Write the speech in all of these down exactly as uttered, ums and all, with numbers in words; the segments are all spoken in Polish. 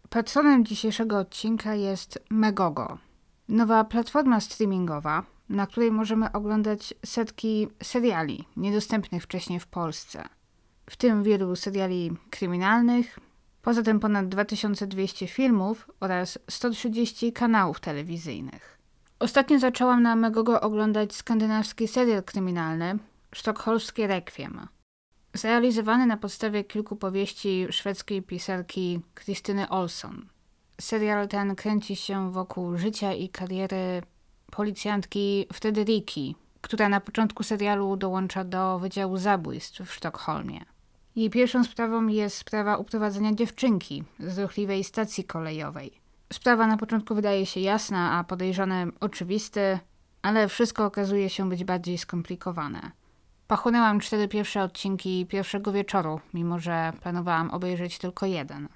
Patronem dzisiejszego odcinka jest Megogo, nowa platforma streamingowa, na której możemy oglądać setki seriali niedostępnych wcześniej w Polsce, w tym wielu seriali kryminalnych, poza tym ponad dwa tysiące dwieście filmów oraz sto trzydzieści kanałów telewizyjnych. Ostatnio zaczęłam na Megogo oglądać skandynawski serial kryminalny Sztokholmskie Requiem, zrealizowany na podstawie kilku powieści szwedzkiej pisarki Krystyny Olsson. Serial ten kręci się wokół życia i kariery policjantki Frederiki, która na początku serialu dołącza do Wydziału Zabójstw w Sztokholmie. Jej pierwszą sprawą jest sprawa uprowadzenia dziewczynki z ruchliwej stacji kolejowej. Sprawa na początku wydaje się jasna, a podejrzane oczywiste, ale wszystko okazuje się być bardziej skomplikowane. Pochłonęłam cztery pierwsze odcinki pierwszego wieczoru, mimo że planowałam obejrzeć tylko jeden.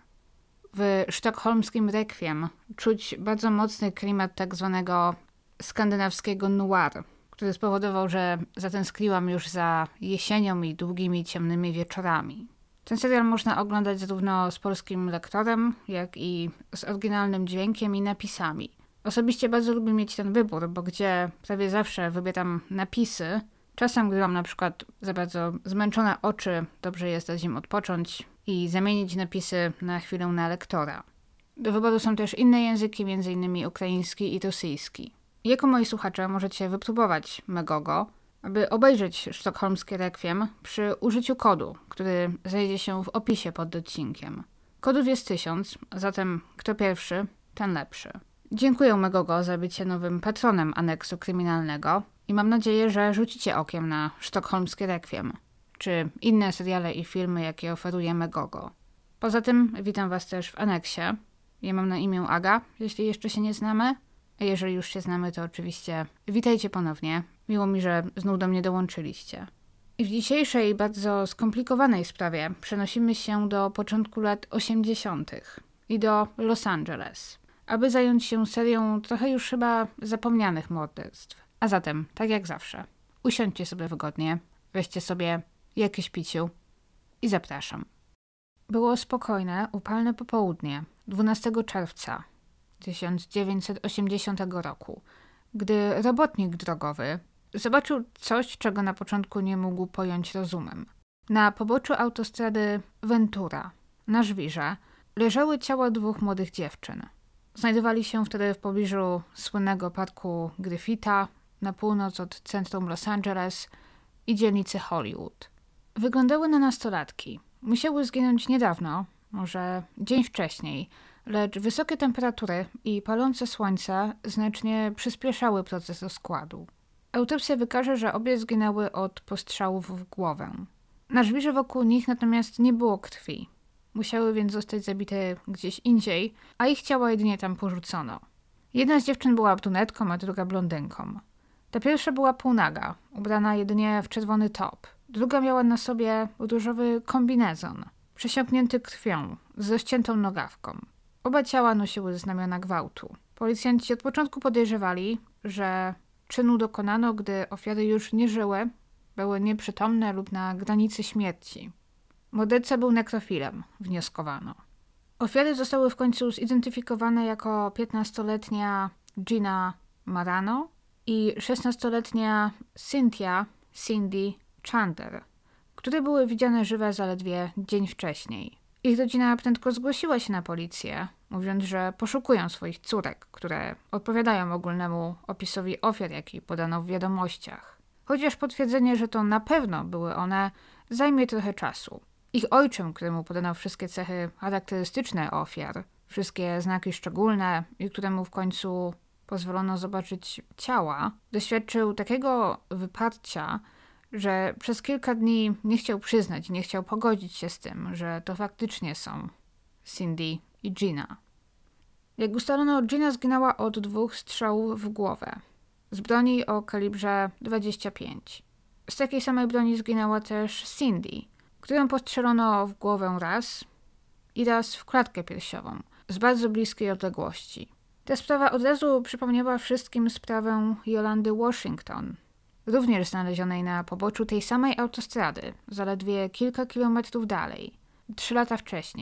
W sztokholmskim Requiem czuć bardzo mocny klimat tak zwanego skandynawskiego noir, który spowodował, że zatęskniłam już za jesienią i długimi, ciemnymi wieczorami. Ten serial można oglądać zarówno z polskim lektorem, jak i z oryginalnym dźwiękiem i napisami. Osobiście bardzo lubię mieć ten wybór, bo gdzie prawie zawsze wybieram napisy, czasem, gdy mam na przykład za bardzo zmęczone oczy, dobrze jest dać im odpocząć i zamienić napisy na chwilę na lektora. Do wyboru są też inne języki, m.in. ukraiński i rosyjski. Jako moi słuchacze możecie wypróbować Megogo, aby obejrzeć Sztokholmskie Requiem przy użyciu kodu, który znajdzie się w opisie pod odcinkiem. Kodów jest tysiąc, zatem kto pierwszy, ten lepszy. Dziękuję Megogo za bycie nowym patronem aneksu kryminalnego i mam nadzieję, że rzucicie okiem na Sztokholmskie Requiem, czy inne seriale i filmy, jakie oferuje Megogo. Poza tym witam Was też w aneksie. Ja mam na imię Aga, jeśli jeszcze się nie znamy. A jeżeli już się znamy, to oczywiście witajcie ponownie. Miło mi, że znów do mnie dołączyliście. I w dzisiejszej, bardzo skomplikowanej sprawie przenosimy się do początku lat osiemdziesiątych i do Los Angeles, aby zająć się serią trochę już chyba zapomnianych morderstw. A zatem, tak jak zawsze, usiądźcie sobie wygodnie, weźcie sobie jakieś piciu i zapraszam. Było spokojne, upalne popołudnie dwunastego czerwca tysiąc dziewięćset osiemdziesiątego roku, gdy robotnik drogowy zobaczył coś, czego na początku nie mógł pojąć rozumem. Na poboczu autostrady Ventura, na żwirze, leżały ciała dwóch młodych dziewczyn. Znajdowali się wtedy w pobliżu słynnego parku Griffitha, na północ od centrum Los Angeles i dzielnicy Hollywood. Wyglądały na nastolatki. Musiały zginąć niedawno, może dzień wcześniej, lecz wysokie temperatury i palące słońce znacznie przyspieszały proces rozkładu. Autopsja wykaże, że obie zginęły od postrzałów w głowę. Na żwirze wokół nich natomiast nie było krwi. Musiały więc zostać zabite gdzieś indziej, a ich ciała jedynie tam porzucono. Jedna z dziewczyn była brunetką, a druga blondynką. Ta pierwsza była półnaga, ubrana jedynie w czerwony top. Druga miała na sobie różowy kombinezon, przesiąknięty krwią, z rozciętą nogawką. Oba ciała nosiły znamiona gwałtu. Policjanci od początku podejrzewali, że czynu dokonano, gdy ofiary już nie żyły, były nieprzytomne lub na granicy śmierci. Morderca był nekrofilem, wnioskowano. Ofiary zostały w końcu zidentyfikowane jako piętnastoletnia Gina Marano i szesnastoletnia Cynthia Cindy Chandler, które były widziane żywe zaledwie dzień wcześniej. Ich rodzina prędko zgłosiła się na policję, mówiąc, że poszukują swoich córek, które odpowiadają ogólnemu opisowi ofiar, jaki podano w wiadomościach. Chociaż potwierdzenie, że to na pewno były one, zajmie trochę czasu. Ich ojczym, któremu podano wszystkie cechy charakterystyczne ofiar, wszystkie znaki szczególne i któremu w końcu pozwolono zobaczyć ciała, doświadczył takiego wyparcia, że przez kilka dni nie chciał przyznać, nie chciał pogodzić się z tym, że to faktycznie są Cindy i Gina. Jak ustalono, Gina zginęła od dwóch strzałów w głowę, z broni o kalibrze dwadzieścia pięć. Z takiej samej broni zginęła też Cindy, którą postrzelono w głowę raz i raz w klatkę piersiową, z bardzo bliskiej odległości. Ta sprawa od razu przypomniała wszystkim sprawę Yolandy Washington, również znalezionej na poboczu tej samej autostrady, zaledwie kilka kilometrów dalej, trzy lata wcześniej,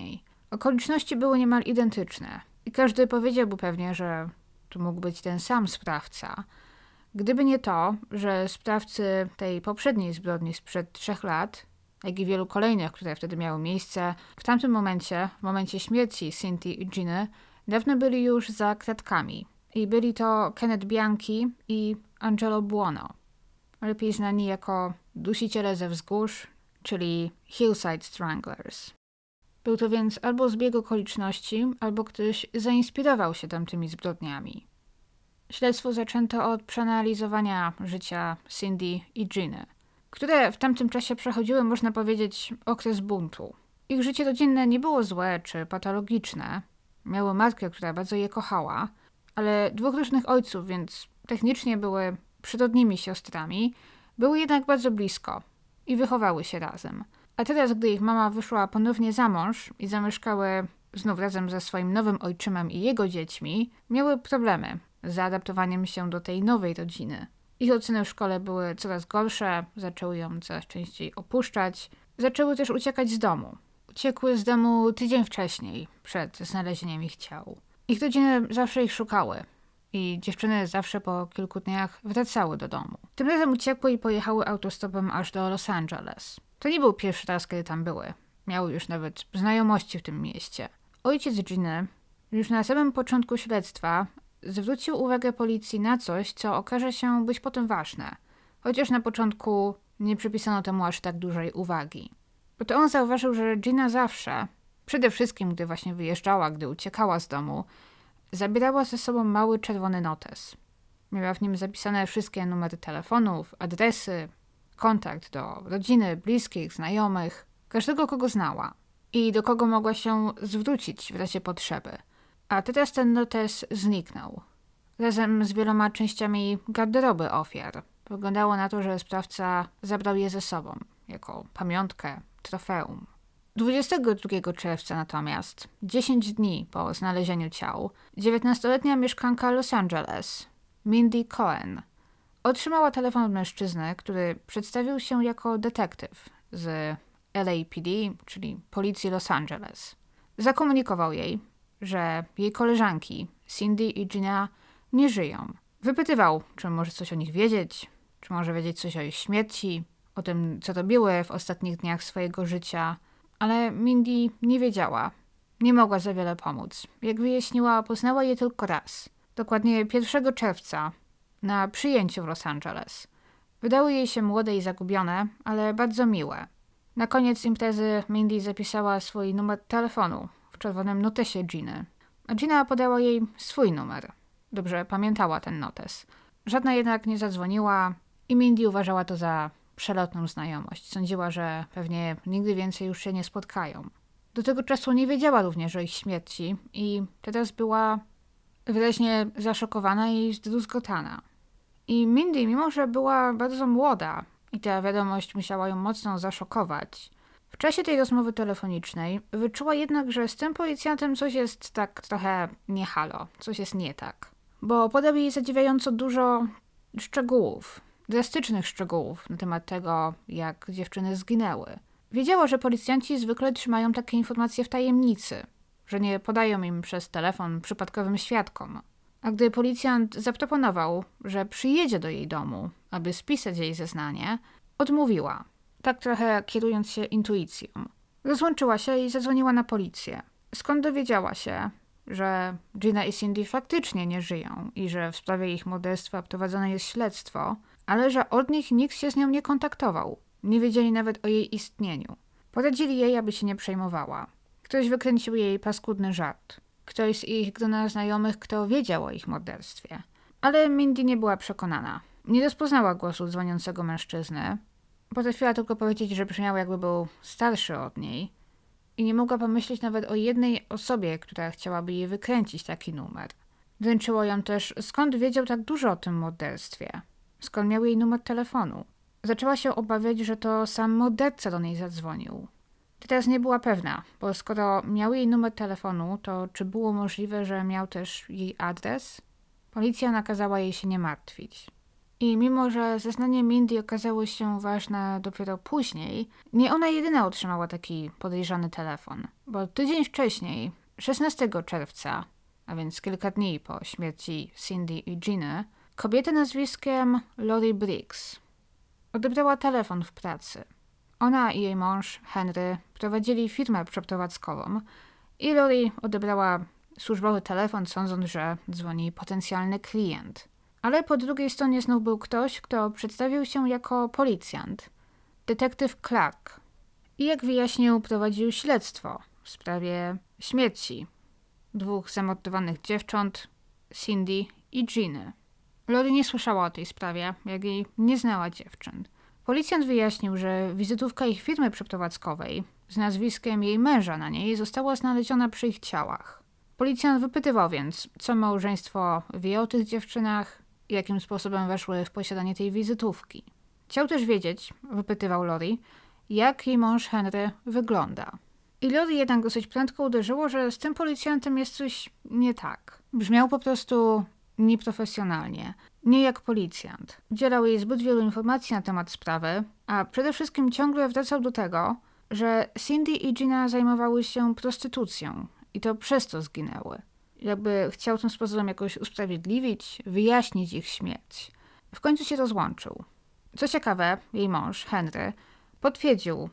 Okoliczności były niemal identyczne i każdy powiedziałby pewnie, że to mógł być ten sam sprawca. Gdyby nie to, że sprawcy tej poprzedniej zbrodni sprzed trzech lat, jak i wielu kolejnych, które wtedy miały miejsce, w tamtym momencie, w momencie śmierci Cindy i Giny, dawno byli już za kratkami. I byli to Kenneth Bianchi i Angelo Buono, lepiej znani jako dusiciele ze wzgórz, czyli Hillside Stranglers. Był to więc albo zbieg okoliczności, albo ktoś zainspirował się tamtymi zbrodniami. Śledztwo zaczęto od przeanalizowania życia Cindy i Giny, które w tamtym czasie przechodziły, można powiedzieć, okres buntu. Ich życie rodzinne nie było złe czy patologiczne. Miały matkę, która bardzo je kochała, ale dwóch różnych ojców, więc technicznie były przyrodnimi siostrami, były jednak bardzo blisko i wychowały się razem. A teraz, gdy ich mama wyszła ponownie za mąż i zamieszkały znów razem ze swoim nowym ojczymem i jego dziećmi, miały problemy z zaadaptowaniem się do tej nowej rodziny. Ich oceny w szkole były coraz gorsze, zaczęły ją coraz częściej opuszczać, zaczęły też uciekać z domu. Uciekły z domu tydzień wcześniej, przed znalezieniem ich ciał. Ich rodziny zawsze ich szukały i dziewczyny zawsze po kilku dniach wracały do domu. Tym razem uciekły i pojechały autostopem aż do Los Angeles. To nie był pierwszy raz, kiedy tam były. Miały już nawet znajomości w tym mieście. Ojciec Giny już na samym początku śledztwa zwrócił uwagę policji na coś, co okaże się być potem ważne. Chociaż na początku nie przypisano temu aż tak dużej uwagi. Bo to on zauważył, że Gina zawsze, przede wszystkim gdy właśnie wyjeżdżała, gdy uciekała z domu, zabierała ze sobą mały czerwony notes. Miała w nim zapisane wszystkie numery telefonów, adresy, kontakt do rodziny, bliskich, znajomych, każdego, kogo znała i do kogo mogła się zwrócić w razie potrzeby. A teraz ten notes zniknął, razem z wieloma częściami garderoby ofiar. Wyglądało na to, że sprawca zabrał je ze sobą, jako pamiątkę, trofeum. dwudziestego drugiego czerwca natomiast, dziesięć dni po znalezieniu ciał, dziewiętnastoletnia mieszkanka Los Angeles, Mindy Cohen, otrzymała telefon od mężczyzny, który przedstawił się jako detektyw z L A P D, czyli Policji Los Angeles. Zakomunikował jej, że jej koleżanki, Cindy i Gina, nie żyją. Wypytywał, czy może coś o nich wiedzieć, czy może wiedzieć coś o ich śmierci, o tym, co robiły w ostatnich dniach swojego życia, ale Mindy nie wiedziała. Nie mogła za wiele pomóc. Jak wyjaśniła, poznała je tylko raz. Dokładnie pierwszego czerwca, na przyjęciu w Los Angeles. Wydały jej się młode i zagubione, ale bardzo miłe. Na koniec imprezy Mindy zapisała swój numer telefonu w czerwonym notesie Giny. A Gina podała jej swój numer. Dobrze pamiętała ten notes. Żadna jednak nie zadzwoniła i Mindy uważała to za przelotną znajomość. Sądziła, że pewnie nigdy więcej już się nie spotkają. Do tego czasu nie wiedziała również o ich śmierci i teraz była wyraźnie zaszokowana i zdruzgotana. I Mindy, mimo że była bardzo młoda i ta wiadomość musiała ją mocno zaszokować, w czasie tej rozmowy telefonicznej wyczuła jednak, że z tym policjantem coś jest tak trochę nie halo, coś jest nie tak. Bo podał jej zadziwiająco dużo szczegółów, drastycznych szczegółów na temat tego, jak dziewczyny zginęły. Wiedziała, że policjanci zwykle trzymają takie informacje w tajemnicy, że nie podają im przez telefon przypadkowym świadkom. A gdy policjant zaproponował, że przyjedzie do jej domu, aby spisać jej zeznanie, odmówiła, tak trochę kierując się intuicją. Rozłączyła się i zadzwoniła na policję, skąd dowiedziała się, że Gina i Cindy faktycznie nie żyją i że w sprawie ich morderstwa prowadzone jest śledztwo, ale że od nich nikt się z nią nie kontaktował. Nie wiedzieli nawet o jej istnieniu. Poradzili jej, aby się nie przejmowała. Ktoś wykręcił jej paskudny żart. Ktoś z ich grona znajomych, kto wiedział o ich morderstwie. Ale Mindy nie była przekonana. Nie rozpoznała głosu dzwoniącego mężczyzny. Potrafiła tylko powiedzieć, że brzmiał, jakby był starszy od niej. I nie mogła pomyśleć nawet o jednej osobie, która chciałaby jej wykręcić taki numer. Dręczyło ją też, skąd wiedział tak dużo o tym morderstwie. Skąd miał jej numer telefonu. Zaczęła się obawiać, że to sam morderca do niej zadzwonił. Teraz nie była pewna, bo skoro miał jej numer telefonu, to czy było możliwe, że miał też jej adres? Policja nakazała jej się nie martwić. I mimo, że zeznanie Mindy okazało się ważne dopiero później, nie ona jedyna otrzymała taki podejrzany telefon, bo tydzień wcześniej, szesnastego czerwca, a więc kilka dni po śmierci Cindy i Giny, kobieta nazwiskiem Lori Briggs odebrała telefon w pracy. Ona i jej mąż, Henry, prowadzili firmę przeprowadzkową i Lori odebrała służbowy telefon, sądząc, że dzwoni potencjalny klient. Ale po drugiej stronie znów był ktoś, kto przedstawił się jako policjant, detektyw Clark. I jak wyjaśnił, prowadził śledztwo w sprawie śmierci dwóch zamordowanych dziewcząt, Cindy i Giny. Lori nie słyszała o tej sprawie, jak i nie znała dziewcząt. Policjant wyjaśnił, że wizytówka ich firmy przeprowadzkowej z nazwiskiem jej męża na niej została znaleziona przy ich ciałach. Policjant wypytywał więc, co małżeństwo wie o tych dziewczynach i jakim sposobem weszły w posiadanie tej wizytówki. Chciał też wiedzieć, wypytywał Lori, jak jej mąż Henry wygląda. I Lori jednak dosyć prędko uderzyło, że z tym policjantem jest coś nie tak. Brzmiał po prostu nieprofesjonalnie, nie jak policjant. Udzielał jej zbyt wielu informacji na temat sprawy, a przede wszystkim ciągle wracał do tego, że Cindy i Gina zajmowały się prostytucją i to przez to zginęły. Jakby chciał tym sposobem jakoś usprawiedliwić, wyjaśnić ich śmierć. W końcu się rozłączył. Co ciekawe, jej mąż, Henry, potwierdził,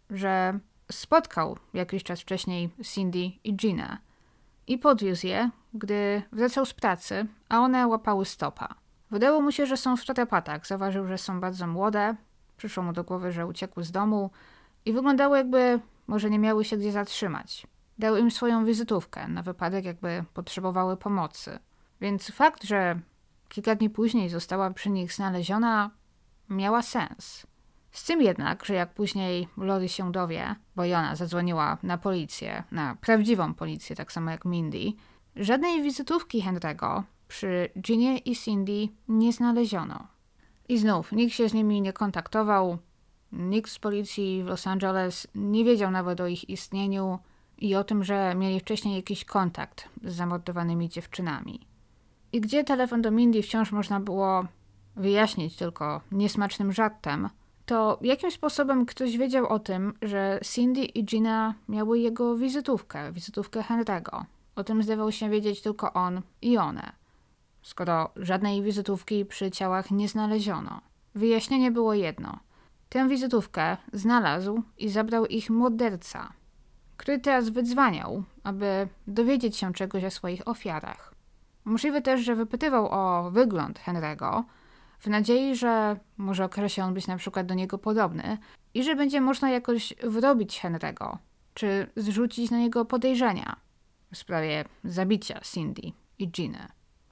że spotkał jakiś czas wcześniej Cindy i Ginę i podwiózł je, gdy wracał z pracy, a one łapały stopa. Wydało mu się, że są w tarapatach. Zauważył, że są bardzo młode. Przyszło mu do głowy, że uciekły z domu i wyglądało, jakby może nie miały się gdzie zatrzymać. Dał im swoją wizytówkę na wypadek, jakby potrzebowały pomocy. Więc fakt, że kilka dni później została przy nich znaleziona, miała sens. Z tym jednak, że jak później Lori się dowie, bo i ona zadzwoniła na policję, na prawdziwą policję, tak samo jak Mindy, żadnej wizytówki Henry'ego przy Ginie i Cindy nie znaleziono. I znów nikt się z nimi nie kontaktował, nikt z policji w Los Angeles nie wiedział nawet o ich istnieniu i o tym, że mieli wcześniej jakiś kontakt z zamordowanymi dziewczynami. I gdzie telefon do Mindy wciąż można było wyjaśnić tylko niesmacznym żartem, to jakim sposobem ktoś wiedział o tym, że Cindy i Gina miały jego wizytówkę, wizytówkę Henry'ego. O tym zdawał się wiedzieć tylko on i one, skoro żadnej wizytówki przy ciałach nie znaleziono. Wyjaśnienie było jedno. Tę wizytówkę znalazł i zabrał ich morderca, który teraz wydzwaniał, aby dowiedzieć się czegoś o swoich ofiarach. Możliwe też, że wypytywał o wygląd Henry'ego, w nadziei, że może okaże się on być na przykład do niego podobny i że będzie można jakoś wyrobić Henry'ego, czy zrzucić na niego podejrzenia w sprawie zabicia Cindy i Giny.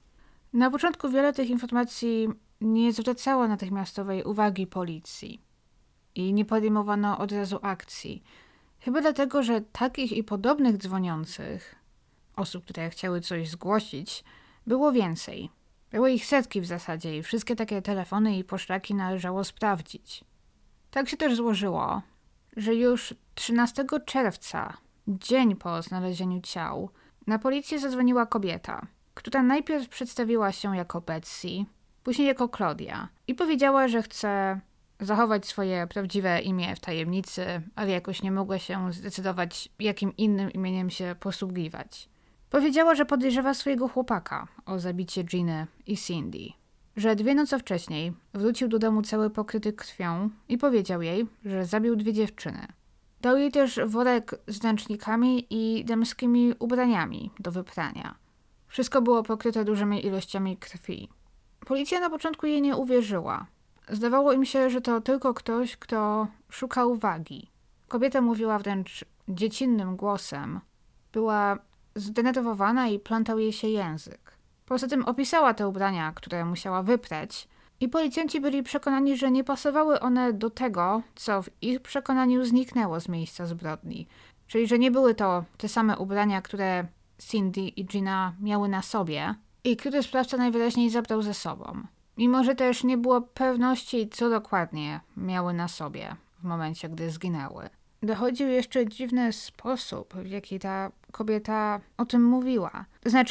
Na początku wiele tych informacji nie zwracało natychmiastowej uwagi policji i nie podejmowano od razu akcji. Chyba dlatego, że takich i podobnych dzwoniących, osób, które chciały coś zgłosić, było więcej. Były ich setki w zasadzie i wszystkie takie telefony i poszlaki należało sprawdzić. Tak się też złożyło, że już trzynastego czerwca, dzień po znalezieniu ciał, na policję zadzwoniła kobieta, która najpierw przedstawiła się jako Betsy, później jako Claudia i powiedziała, że chce zachować swoje prawdziwe imię w tajemnicy, ale jakoś nie mogła się zdecydować, jakim innym imieniem się posługiwać. Powiedziała, że podejrzewa swojego chłopaka o zabicie Giny i Cindy, że dwie noce wcześniej wrócił do domu cały pokryty krwią i powiedział jej, że zabił dwie dziewczyny. Dał jej też worek z ręcznikami i damskimi ubraniami do wyprania. Wszystko było pokryte dużymi ilościami krwi. Policja na początku jej nie uwierzyła. Zdawało im się, że to tylko ktoś, kto szuka uwagi. Kobieta mówiła wręcz dziecinnym głosem. Była zdenerwowana i plątał jej się język. Poza tym opisała te ubrania, które musiała wyprać i policjanci byli przekonani, że nie pasowały one do tego, co w ich przekonaniu zniknęło z miejsca zbrodni. Czyli, że nie były to te same ubrania, które Cindy i Gina miały na sobie i które sprawca najwyraźniej zabrał ze sobą. Mimo, że też nie było pewności, co dokładnie miały na sobie w momencie, gdy zginęły. Dochodził jeszcze dziwny sposób, w jaki ta kobieta o tym mówiła. To znaczy,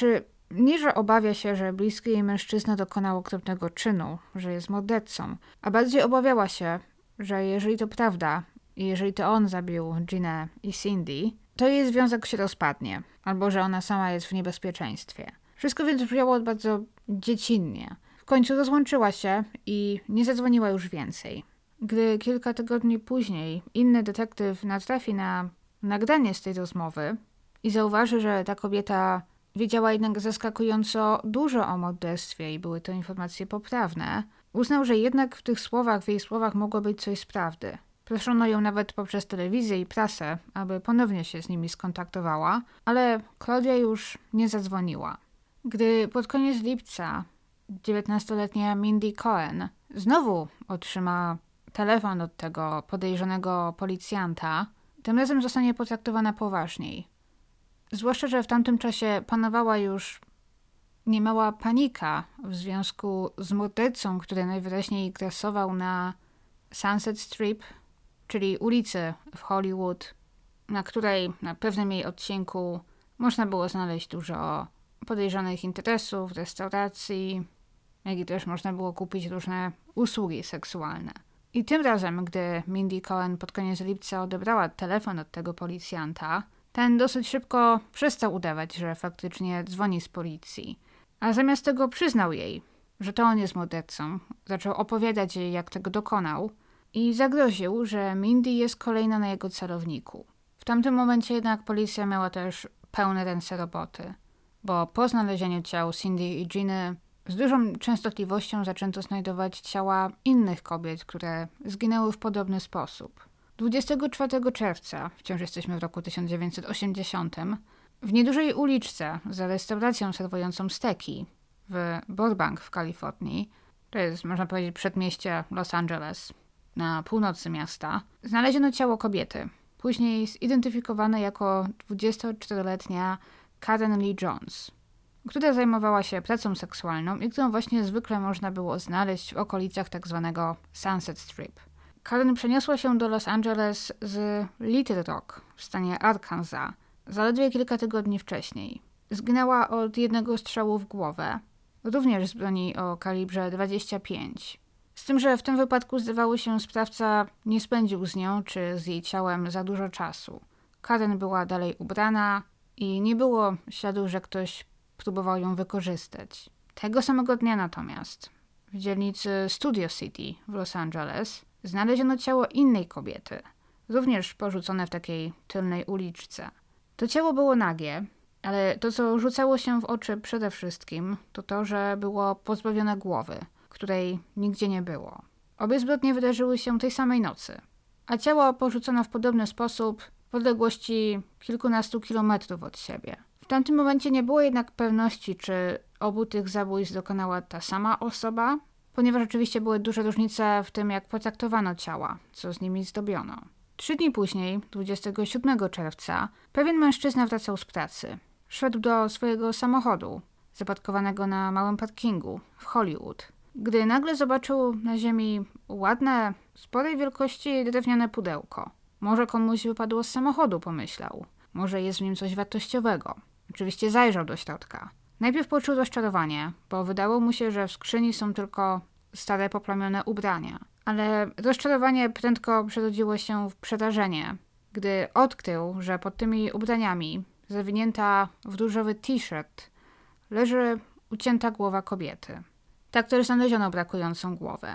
Nie, że obawia się, że bliski jej mężczyzna dokonał okropnego czynu, że jest mordercą, a bardziej obawiała się, że jeżeli to prawda i jeżeli to on zabił Ginę i Cindy, to jej związek się rozpadnie, albo że ona sama jest w niebezpieczeństwie. Wszystko więc brzmiało bardzo dziecinnie. W końcu rozłączyła się i nie zadzwoniła już więcej. Gdy kilka tygodni później inny detektyw natrafi na nagranie z tej rozmowy i zauważy, że ta kobieta wiedziała jednak zaskakująco dużo o morderstwie i były to informacje poprawne, uznał, że jednak w tych słowach, w jej słowach mogło być coś z prawdy. Proszono ją nawet poprzez telewizję i prasę, aby ponownie się z nimi skontaktowała, ale Claudia już nie zadzwoniła. Gdy pod koniec lipca dziewiętnastoletnia Mindy Cohen znowu otrzyma telefon od tego podejrzanego policjanta, tym razem zostanie potraktowana poważniej. Zwłaszcza, że w tamtym czasie panowała już niemała panika w związku z mordercą, który najwyraźniej grasował na Sunset Strip, czyli ulicy w Hollywood, na której na pewnym jej odcinku można było znaleźć dużo podejrzanych interesów, restauracji, jak i też można było kupić różne usługi seksualne. I tym razem, gdy Mindy Cohen pod koniec lipca odebrała telefon od tego policjanta, ten dosyć szybko przestał udawać, że faktycznie dzwoni z policji. A zamiast tego przyznał jej, że to on jest mordercą, zaczął opowiadać jej, jak tego dokonał i zagroził, że Mindy jest kolejna na jego celowniku. W tamtym momencie jednak policja miała też pełne ręce roboty, bo po znalezieniu ciał Cindy i Giny z dużą częstotliwością zaczęto znajdować ciała innych kobiet, które zginęły w podobny sposób. dwudziestego czwartego czerwca, wciąż jesteśmy w roku tysiąc dziewięćset osiemdziesiątym, w niedużej uliczce za restauracją serwującą steki w Burbank w Kalifornii, to jest, można powiedzieć, przedmieście Los Angeles, na północy miasta, znaleziono ciało kobiety, później zidentyfikowane jako dwudziestoczteroletnia Karen Lee Jones, która zajmowała się pracą seksualną i którą właśnie zwykle można było znaleźć w okolicach tzw. Sunset Strip. Karen przeniosła się do Los Angeles z Little Rock w stanie Arkansas zaledwie kilka tygodni wcześniej. Zginęła od jednego strzału w głowę, również z broni o kalibrze dwadzieścia pięć. Z tym, że w tym wypadku zdawało się, sprawca nie spędził z nią czy z jej ciałem za dużo czasu. Karen była dalej ubrana i nie było śladu, że ktoś próbował ją wykorzystać. Tego samego dnia natomiast w dzielnicy Studio City w Los Angeles znaleziono ciało innej kobiety, również porzucone w takiej tylnej uliczce. To ciało było nagie, ale to, co rzucało się w oczy przede wszystkim, to to, że było pozbawione głowy, której nigdzie nie było. Obie zbrodnie wydarzyły się tej samej nocy, a ciało porzucono w podobny sposób w odległości kilkunastu kilometrów od siebie. W tamtym momencie nie było jednak pewności, czy obu tych zabójstw dokonała ta sama osoba, ponieważ oczywiście były duże różnice w tym, jak potraktowano ciała, co z nimi zdobiono. Trzy dni później, dwudziestego siódmego czerwca, pewien mężczyzna wracał z pracy. Szedł do swojego samochodu, zaparkowanego na małym parkingu w Hollywood, gdy nagle zobaczył na ziemi ładne, sporej wielkości drewniane pudełko. Może komuś wypadło z samochodu, pomyślał. Może jest w nim coś wartościowego. Oczywiście zajrzał do środka. Najpierw poczuł rozczarowanie, bo wydało mu się, że w skrzyni są tylko stare, poplamione ubrania. Ale rozczarowanie prędko przerodziło się w przerażenie, gdy odkrył, że pod tymi ubraniami, zawinięta w różowy t-shirt, leży ucięta głowa kobiety. Tak też znaleziono brakującą głowę.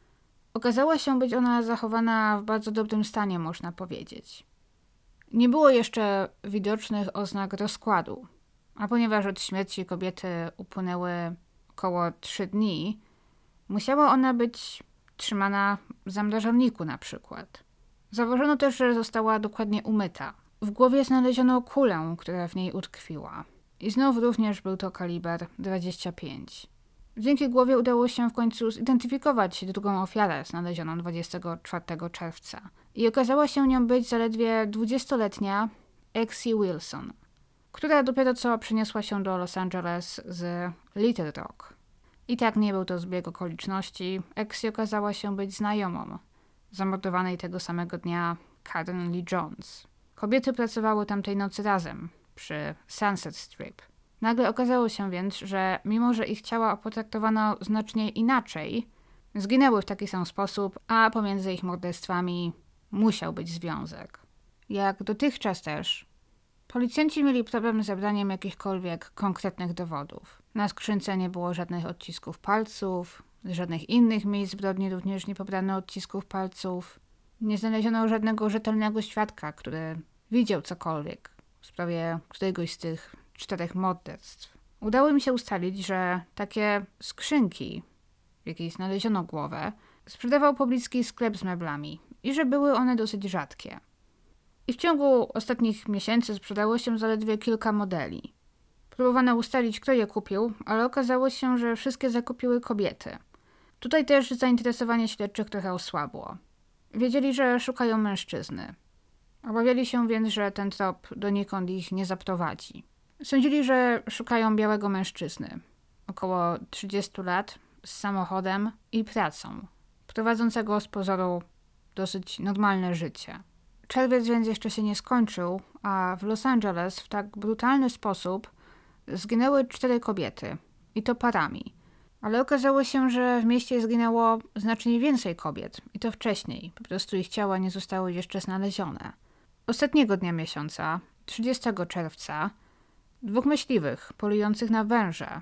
Okazała się być ona zachowana w bardzo dobrym stanie, można powiedzieć. Nie było jeszcze widocznych oznak rozkładu, a ponieważ od śmierci kobiety upłynęły około trzy dni, musiała ona być trzymana w zamrażalniku na przykład. Zauważono też, że została dokładnie umyta. W głowie znaleziono kulę, która w niej utkwiła. I znów również był to kaliber dwadzieścia pięć. Dzięki głowie udało się w końcu zidentyfikować drugą ofiarę znalezioną dwudziestego czwartego czerwca. I okazała się nią być zaledwie dwudziestoletnia Exie Wilson, która dopiero co przeniosła się do Los Angeles z Little Rock. I tak nie był to zbieg okoliczności. Exie okazała się być znajomą zamordowanej tego samego dnia Karen Lee Jones. Kobiety pracowały tamtej nocy razem przy Sunset Strip. Nagle okazało się więc, że mimo że ich ciała potraktowano znacznie inaczej, zginęły w taki sam sposób, a pomiędzy ich morderstwami musiał być związek. Jak dotychczas też, policjanci mieli problem z zebraniem jakichkolwiek konkretnych dowodów. Na skrzynce nie było żadnych odcisków palców, z żadnych innych miejsc zbrodni również nie pobrano odcisków palców. Nie znaleziono żadnego rzetelnego świadka, który widział cokolwiek w sprawie któregoś z tych czterech morderstw. Udało mi się ustalić, że takie skrzynki, w jakiej znaleziono głowę, sprzedawał pobliski sklep z meblami i że były one dosyć rzadkie. I w ciągu ostatnich miesięcy sprzedało się zaledwie kilka modeli. Próbowano ustalić, kto je kupił, ale okazało się, że wszystkie zakupiły kobiety. Tutaj też zainteresowanie śledczych trochę osłabło. Wiedzieli, że szukają mężczyzny. Obawiali się więc, że ten trop donikąd ich nie zaprowadzi. Sądzili, że szukają białego mężczyzny, około trzydziestu lat, z samochodem i pracą, prowadzącego z pozoru dosyć normalne życie. Czerwiec więc jeszcze się nie skończył, a w Los Angeles w tak brutalny sposób zginęły cztery kobiety, i to parami. Ale okazało się, że w mieście zginęło znacznie więcej kobiet, i to wcześniej, po prostu ich ciała nie zostały jeszcze znalezione. Ostatniego dnia miesiąca, trzydziestego czerwca, dwóch myśliwych polujących na węże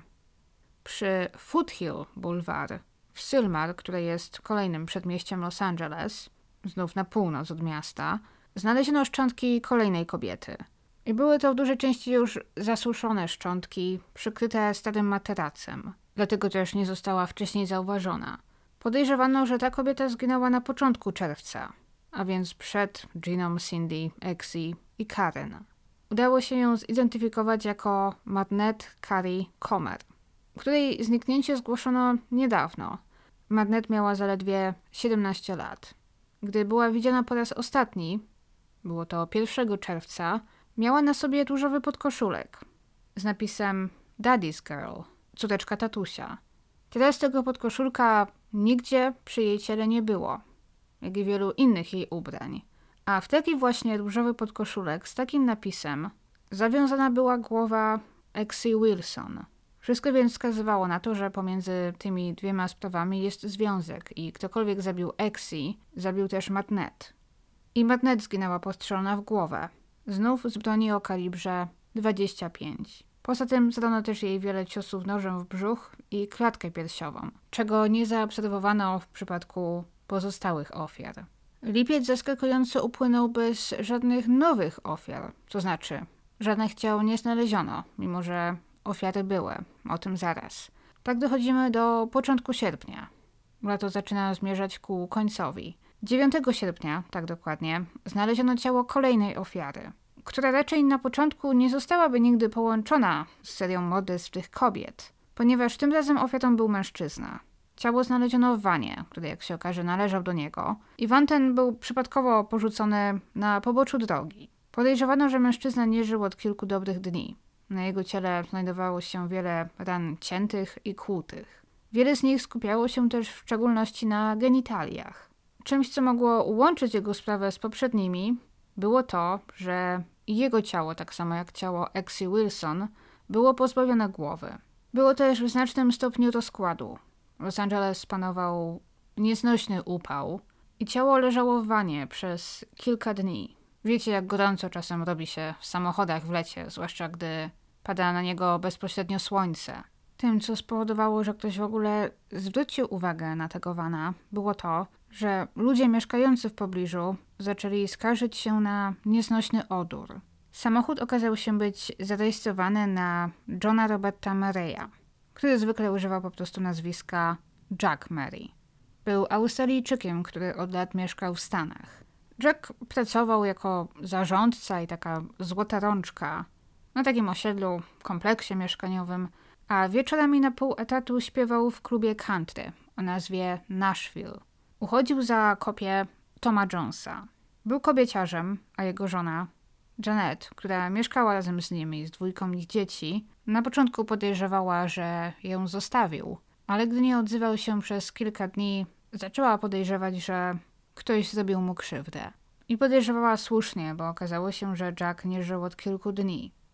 przy Foothill Boulevard w Sylmar, które jest kolejnym przedmieściem Los Angeles, znów na północ od miasta, znaleziono szczątki kolejnej kobiety. I były to w dużej części już zasuszone szczątki, przykryte starym materacem. Dlatego też nie została wcześniej zauważona. Podejrzewano, że ta kobieta zginęła na początku czerwca, a więc przed Giną, Cindy, Exie i Karen. Udało się ją zidentyfikować jako Madnette Carey Comer, której zniknięcie zgłoszono niedawno. Madnette miała zaledwie siedemnaście lat. Gdy była widziana po raz ostatni, było to pierwszego czerwca, miała na sobie różowy podkoszulek z napisem Daddy's Girl, córeczka tatusia. Teraz tego podkoszulka nigdzie przy jej ciele nie było, jak i wielu innych jej ubrań. A w taki właśnie różowy podkoszulek z takim napisem zawiązana była głowa Exie Wilson. Wszystko więc wskazywało na to, że pomiędzy tymi dwiema sprawami jest związek i ktokolwiek zabił Exie, zabił też Madnette. I Madnette zginęła postrzelona w głowę. Znów z broni o kalibrze dwadzieścia pięć. Poza tym zadano też jej wiele ciosów nożem w brzuch i klatkę piersiową, czego nie zaobserwowano w przypadku pozostałych ofiar. Lipiec zaskakująco upłynął bez żadnych nowych ofiar, to znaczy żadnych ciał nie znaleziono, mimo że ofiary były, o tym zaraz. Tak dochodzimy do początku sierpnia. Lato zaczyna zmierzać ku końcowi. dziewiątego sierpnia, tak dokładnie, znaleziono ciało kolejnej ofiary, która raczej na początku nie zostałaby nigdy połączona z serią morderstw tych kobiet, ponieważ tym razem ofiarą był mężczyzna. Ciało znaleziono w wanie, który jak się okaże należał do niego, i van ten był przypadkowo porzucony na poboczu drogi. Podejrzewano, że mężczyzna nie żył od kilku dobrych dni. Na jego ciele znajdowało się wiele ran ciętych i kłutych. Wiele z nich skupiało się też w szczególności na genitaliach. Czymś, co mogło łączyć jego sprawę z poprzednimi, było to, że jego ciało, tak samo jak ciało Exie Wilson, było pozbawione głowy. Było też w znacznym stopniu rozkładu. W Los Angeles panował nieznośny upał i ciało leżało w wanie przez kilka dni. Wiecie, jak gorąco czasem robi się w samochodach w lecie, zwłaszcza gdy pada na niego bezpośrednio słońce. Tym, co spowodowało, że ktoś w ogóle zwrócił uwagę na tego vana, było to, że ludzie mieszkający w pobliżu zaczęli skarżyć się na nieznośny odór. Samochód okazał się być zarejestrowany na Johna Roberta Mareya, który zwykle używał po prostu nazwiska Jack Murray. Był Australijczykiem, który od lat mieszkał w Stanach. Jack pracował jako zarządca i taka złota rączka na takim osiedlu, kompleksie mieszkaniowym, a wieczorami na pół etatu śpiewał w klubie country o nazwie Nashville. Uchodził za kopię Toma Jonesa. Był kobieciarzem, a jego żona, Janet, która mieszkała razem z nimi, z dwójką ich dzieci, na początku podejrzewała, że ją zostawił, ale gdy nie odzywał się przez kilka dni, zaczęła podejrzewać, że ktoś zrobił mu krzywdę. I podejrzewała słusznie, bo okazało się, że Jack nie żył od kilku dni.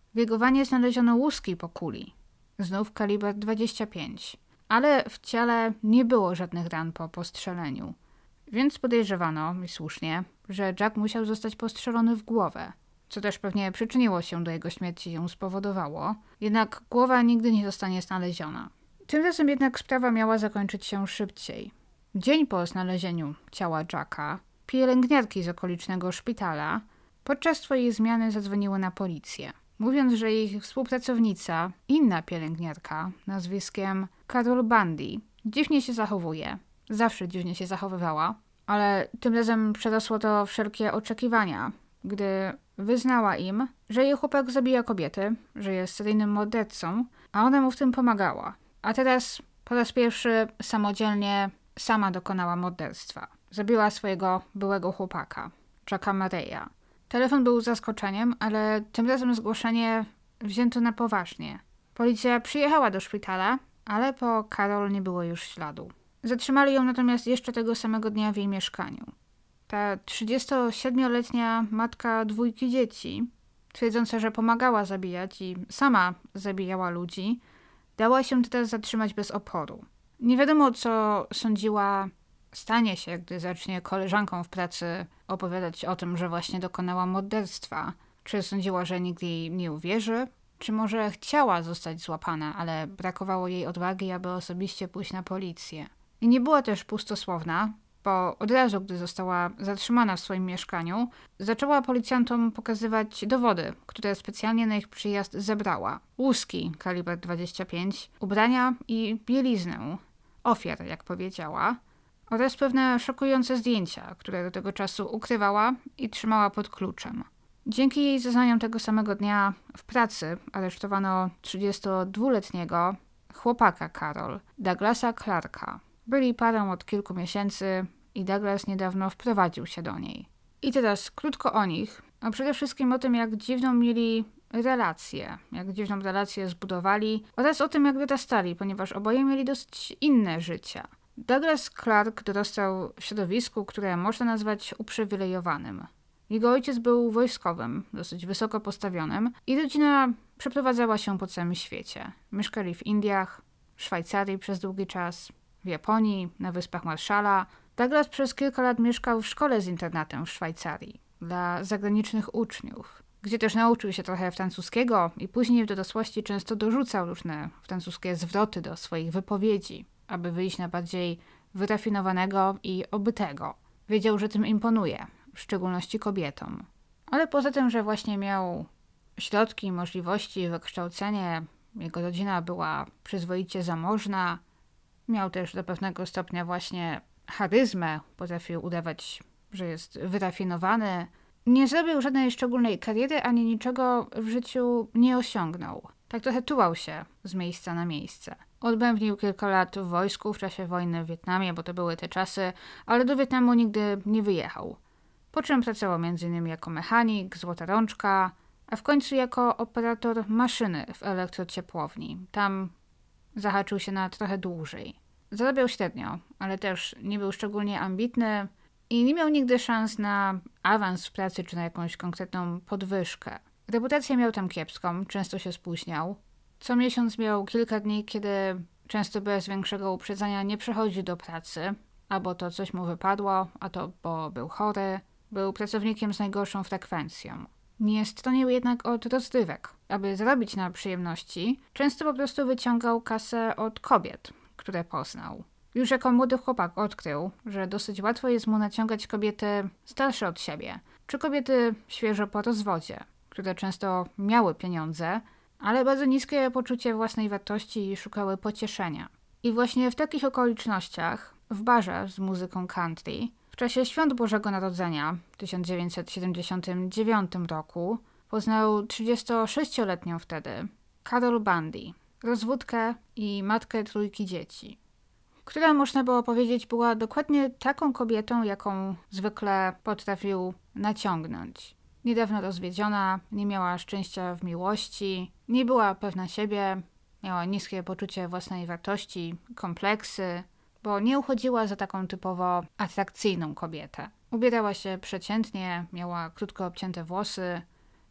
W jego wanie znaleziono łuski po kuli, znów kaliber dwadzieścia pięć, ale w ciele nie było żadnych ran po postrzeleniu. Więc podejrzewano, i słusznie, że Jack musiał zostać postrzelony w głowę, co też pewnie przyczyniło się do jego śmierci i ją spowodowało, jednak głowa nigdy nie zostanie znaleziona. Tym razem jednak sprawa miała zakończyć się szybciej. Dzień po znalezieniu ciała Jacka, pielęgniarki z okolicznego szpitala podczas swojej zmiany zadzwoniły na policję, mówiąc, że ich współpracownica, inna pielęgniarka nazwiskiem Carol Bundy, dziwnie się zachowuje. Zawsze dziwnie się zachowywała, ale tym razem przerosło to wszelkie oczekiwania, gdy wyznała im, że jej chłopak zabija kobiety, że jest seryjnym mordercą, a ona mu w tym pomagała. A teraz po raz pierwszy samodzielnie sama dokonała morderstwa. Zabiła swojego byłego chłopaka, Jacka Mareya. Telefon był zaskoczeniem, ale tym razem zgłoszenie wzięto na poważnie. Policja przyjechała do szpitala, ale po Carol nie było już śladu. Zatrzymali ją natomiast jeszcze tego samego dnia w jej mieszkaniu. Ta trzydziestosiedmioletnia matka dwójki dzieci, twierdząca, że pomagała zabijać i sama zabijała ludzi, dała się teraz zatrzymać bez oporu. Nie wiadomo, co sądziła stanie się, gdy zacznie koleżankom w pracy opowiadać o tym, że właśnie dokonała morderstwa. Czy sądziła, że nikt jej nie uwierzy? Czy może chciała zostać złapana, ale brakowało jej odwagi, aby osobiście pójść na policję? I nie była też pustosłowna, bo od razu, gdy została zatrzymana w swoim mieszkaniu, zaczęła policjantom pokazywać dowody, które specjalnie na ich przyjazd zebrała. Łuski kaliber dwadzieścia pięć, ubrania i bieliznę ofiar, jak powiedziała, oraz pewne szokujące zdjęcia, które do tego czasu ukrywała i trzymała pod kluczem. Dzięki jej zeznaniom tego samego dnia w pracy aresztowano trzydziestodwuletniego chłopaka Carol, Douglasa Clarka. Byli parą od kilku miesięcy i Douglas niedawno wprowadził się do niej. I teraz krótko o nich, a przede wszystkim o tym, jak dziwną mieli relację, jak dziwną relację zbudowali oraz o tym, jak wyrastali, ponieważ oboje mieli dosyć inne życia. Douglas Clark dorastał w środowisku, które można nazwać uprzywilejowanym. Jego ojciec był wojskowym, dosyć wysoko postawionym i rodzina przeprowadzała się po całym świecie. Mieszkali w Indiach, w Szwajcarii przez długi czas, w Japonii, na Wyspach Marszala. Douglas przez kilka lat mieszkał w szkole z internatem w Szwajcarii dla zagranicznych uczniów, gdzie też nauczył się trochę francuskiego i później w dorosłości często dorzucał różne francuskie zwroty do swoich wypowiedzi, aby wyjść na bardziej wyrafinowanego i obytego. Wiedział, że tym imponuje, w szczególności kobietom. Ale poza tym, że właśnie miał środki, możliwości, wykształcenie, jego rodzina była przyzwoicie zamożna, miał też do pewnego stopnia właśnie charyzmę, potrafił udawać, że jest wyrafinowany. Nie zrobił żadnej szczególnej kariery, ani niczego w życiu nie osiągnął. Tak trochę tułał się z miejsca na miejsce. Odbębnił kilka lat w wojsku w czasie wojny w Wietnamie, bo to były te czasy, ale do Wietnamu nigdy nie wyjechał. Po czym pracował między innymi jako mechanik, złota rączka, a w końcu jako operator maszyny w elektrociepłowni. Tam zahaczył się na trochę dłużej. Zarabiał średnio, ale też nie był szczególnie ambitny i nie miał nigdy szans na awans w pracy czy na jakąś konkretną podwyżkę. Reputację miał tam kiepską, często się spóźniał. Co miesiąc miał kilka dni, kiedy często bez większego uprzedzenia nie przychodził do pracy, albo to coś mu wypadło, a to bo był chory. Był pracownikiem z najgorszą frekwencją. Nie stronił jednak od rozrywek. Aby zarobić na przyjemności, często po prostu wyciągał kasę od kobiet, które poznał. Już jako młody chłopak odkrył, że dosyć łatwo jest mu naciągać kobiety starsze od siebie, czy kobiety świeżo po rozwodzie, które często miały pieniądze, ale bardzo niskie poczucie własnej wartości i szukały pocieszenia. I właśnie w takich okolicznościach, w barze z muzyką country, w czasie Świąt Bożego Narodzenia w tysiąc dziewięćset siedemdziesiątym dziewiątym roku poznał trzydziestosześcioletnią wtedy Carol Bundy, rozwódkę i matkę trójki dzieci, która, można było powiedzieć, była dokładnie taką kobietą, jaką zwykle potrafił naciągnąć. Niedawno rozwiedziona, nie miała szczęścia w miłości, nie była pewna siebie, miała niskie poczucie własnej wartości, kompleksy, bo nie uchodziła za taką typowo atrakcyjną kobietę. Ubierała się przeciętnie, miała krótko obcięte włosy,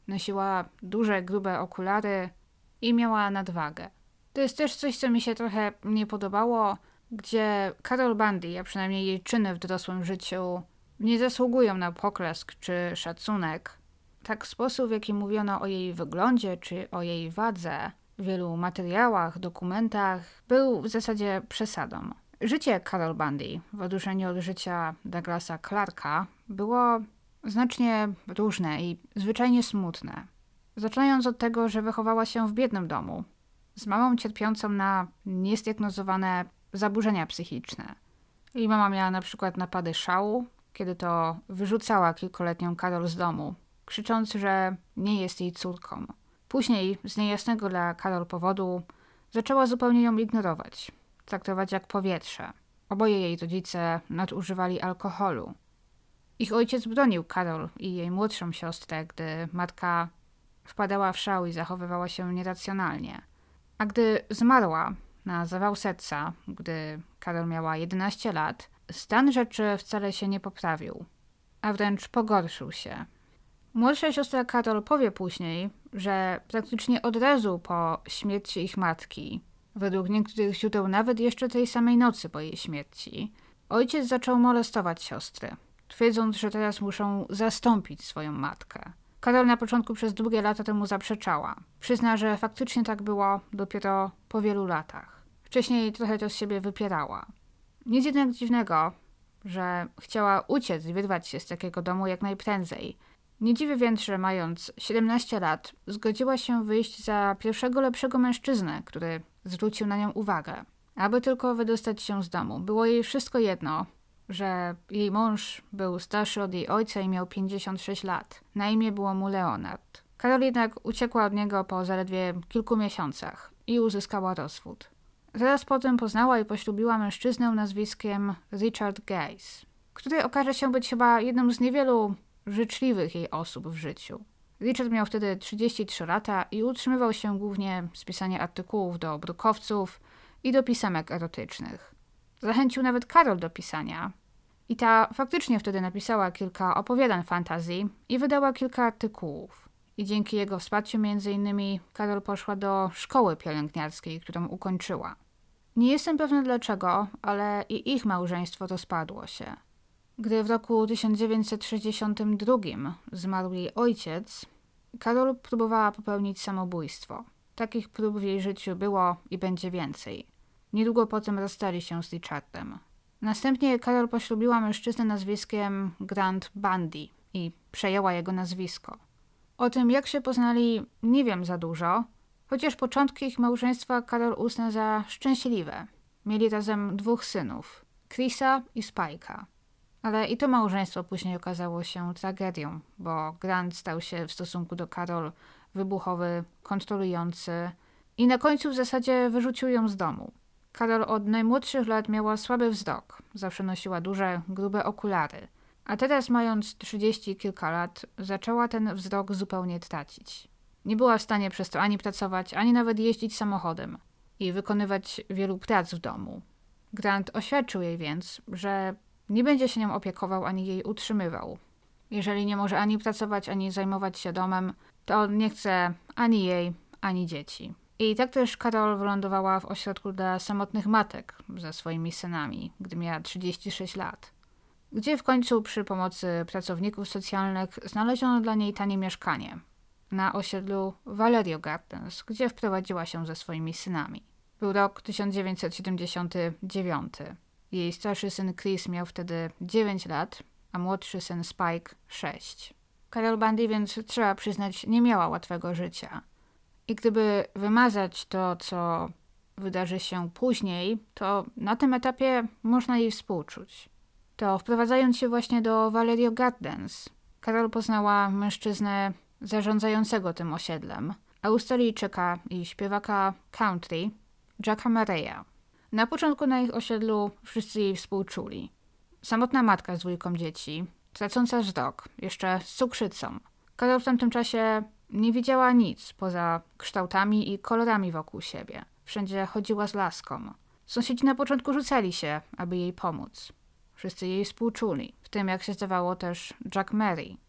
nosiła duże, grube okulary i miała nadwagę. To jest też coś, co mi się trochę nie podobało, gdzie Carol Bundy, a przynajmniej jej czyny w dorosłym życiu, nie zasługują na poklask czy szacunek. Tak sposób, w jaki mówiono o jej wyglądzie czy o jej wadze w wielu materiałach, dokumentach, był w zasadzie przesadą. Życie Carol Bundy, w odróżnieniu od życia Douglasa Clarka, było znacznie różne i zwyczajnie smutne. Zaczynając od tego, że wychowała się w biednym domu, z mamą cierpiącą na niezdiagnozowane zaburzenia psychiczne. Jej mama miała na przykład napady szału, kiedy to wyrzucała kilkuletnią Carol z domu, krzycząc, że nie jest jej córką. Później, z niejasnego dla Carol powodu, zaczęła zupełnie ją ignorować, traktować jak powietrze. Oboje jej rodzice nadużywali alkoholu. Ich ojciec bronił Carol i jej młodszą siostrę, gdy matka wpadała w szał i zachowywała się nieracjonalnie. A gdy zmarła na zawał serca, gdy Carol miała jedenaście lat, stan rzeczy wcale się nie poprawił, a wręcz pogorszył się. Młodsza siostra Carol powie później, że praktycznie od razu po śmierci ich matki, według niektórych źródeł nawet jeszcze tej samej nocy po jej śmierci, ojciec zaczął molestować siostry, twierdząc, że teraz muszą zastąpić swoją matkę. Carol na początku przez długie lata temu zaprzeczała. Przyzna, że faktycznie tak było dopiero po wielu latach. Wcześniej trochę to z siebie wypierała. Nic jednak dziwnego, że chciała uciec i wyrwać się z takiego domu jak najprędzej. Nie dziwię więc, że mając siedemnaście lat zgodziła się wyjść za pierwszego lepszego mężczyznę, który zwrócił na nią uwagę, aby tylko wydostać się z domu. Było jej wszystko jedno, że jej mąż był starszy od jej ojca i miał pięćdziesiąt sześć lat. Na imię było mu Leonard. Carol jednak uciekła od niego po zaledwie kilku miesiącach i uzyskała rozwód. Zaraz potem poznała i poślubiła mężczyznę nazwiskiem Richard Gase, który okaże się być chyba jedną z niewielu życzliwych jej osób w życiu. Richard miał wtedy trzydzieści trzy lata i utrzymywał się głównie z pisania artykułów do brukowców i do pisemek erotycznych. Zachęcił nawet Carol do pisania i ta faktycznie wtedy napisała kilka opowiadań fantazji i wydała kilka artykułów. I dzięki jego wsparciu między innymi Carol poszła do szkoły pielęgniarskiej, którą ukończyła. Nie jestem pewna dlaczego, ale i ich małżeństwo rozpadło się. Gdy w roku tysiąc dziewięćset sześćdziesiątym drugim zmarł jej ojciec, Carol próbowała popełnić samobójstwo. Takich prób w jej życiu było i będzie więcej. Niedługo potem rozstali się z Richardem. Następnie Carol poślubiła mężczyznę nazwiskiem Grant Bundy i przejęła jego nazwisko. O tym, jak się poznali, nie wiem za dużo, chociaż początki ich małżeństwa Carol uzna za szczęśliwe. Mieli razem dwóch synów, Chrisa i Spike'a. Ale i to małżeństwo później okazało się tragedią, bo Grant stał się w stosunku do Carol wybuchowy, kontrolujący i na końcu w zasadzie wyrzucił ją z domu. Carol od najmłodszych lat miała słaby wzrok, zawsze nosiła duże, grube okulary, a teraz mając trzydzieści kilka lat zaczęła ten wzrok zupełnie tracić. Nie była w stanie przez to ani pracować, ani nawet jeździć samochodem i wykonywać wielu prac w domu. Grant oświadczył jej więc, że nie będzie się nią opiekował ani jej utrzymywał. Jeżeli nie może ani pracować, ani zajmować się domem, to on nie chce ani jej, ani dzieci. I tak też Carol wylądowała w ośrodku dla samotnych matek ze swoimi synami, gdy miała trzydzieści sześć lat. Gdzie w końcu przy pomocy pracowników socjalnych znaleziono dla niej tanie mieszkanie na osiedlu Valerio Gardens, gdzie wprowadziła się ze swoimi synami. Był rok tysiąc dziewięćset siedemdziesiąty dziewiąty. Jej starszy syn Chris miał wtedy dziewięć lat, a młodszy syn Spike sześć. Carol Bundy więc, trzeba przyznać, nie miała łatwego życia. I gdyby wymazać to, co wydarzy się później, to na tym etapie można jej współczuć. To wprowadzając się właśnie do Valerio Gardens, Carol poznała mężczyznę zarządzającego tym osiedlem, Australijczyka i śpiewaka country Jacka Mareya. Na początku na ich osiedlu wszyscy jej współczuli. Samotna matka z dwójką dzieci, tracąca wzrok, jeszcze z cukrzycą. Carol w tamtym czasie nie widziała nic poza kształtami i kolorami wokół siebie. Wszędzie chodziła z laską. Sąsiedzi na początku rzucali się, aby jej pomóc. Wszyscy jej współczuli, w tym jak się zdawało też Jack Mary.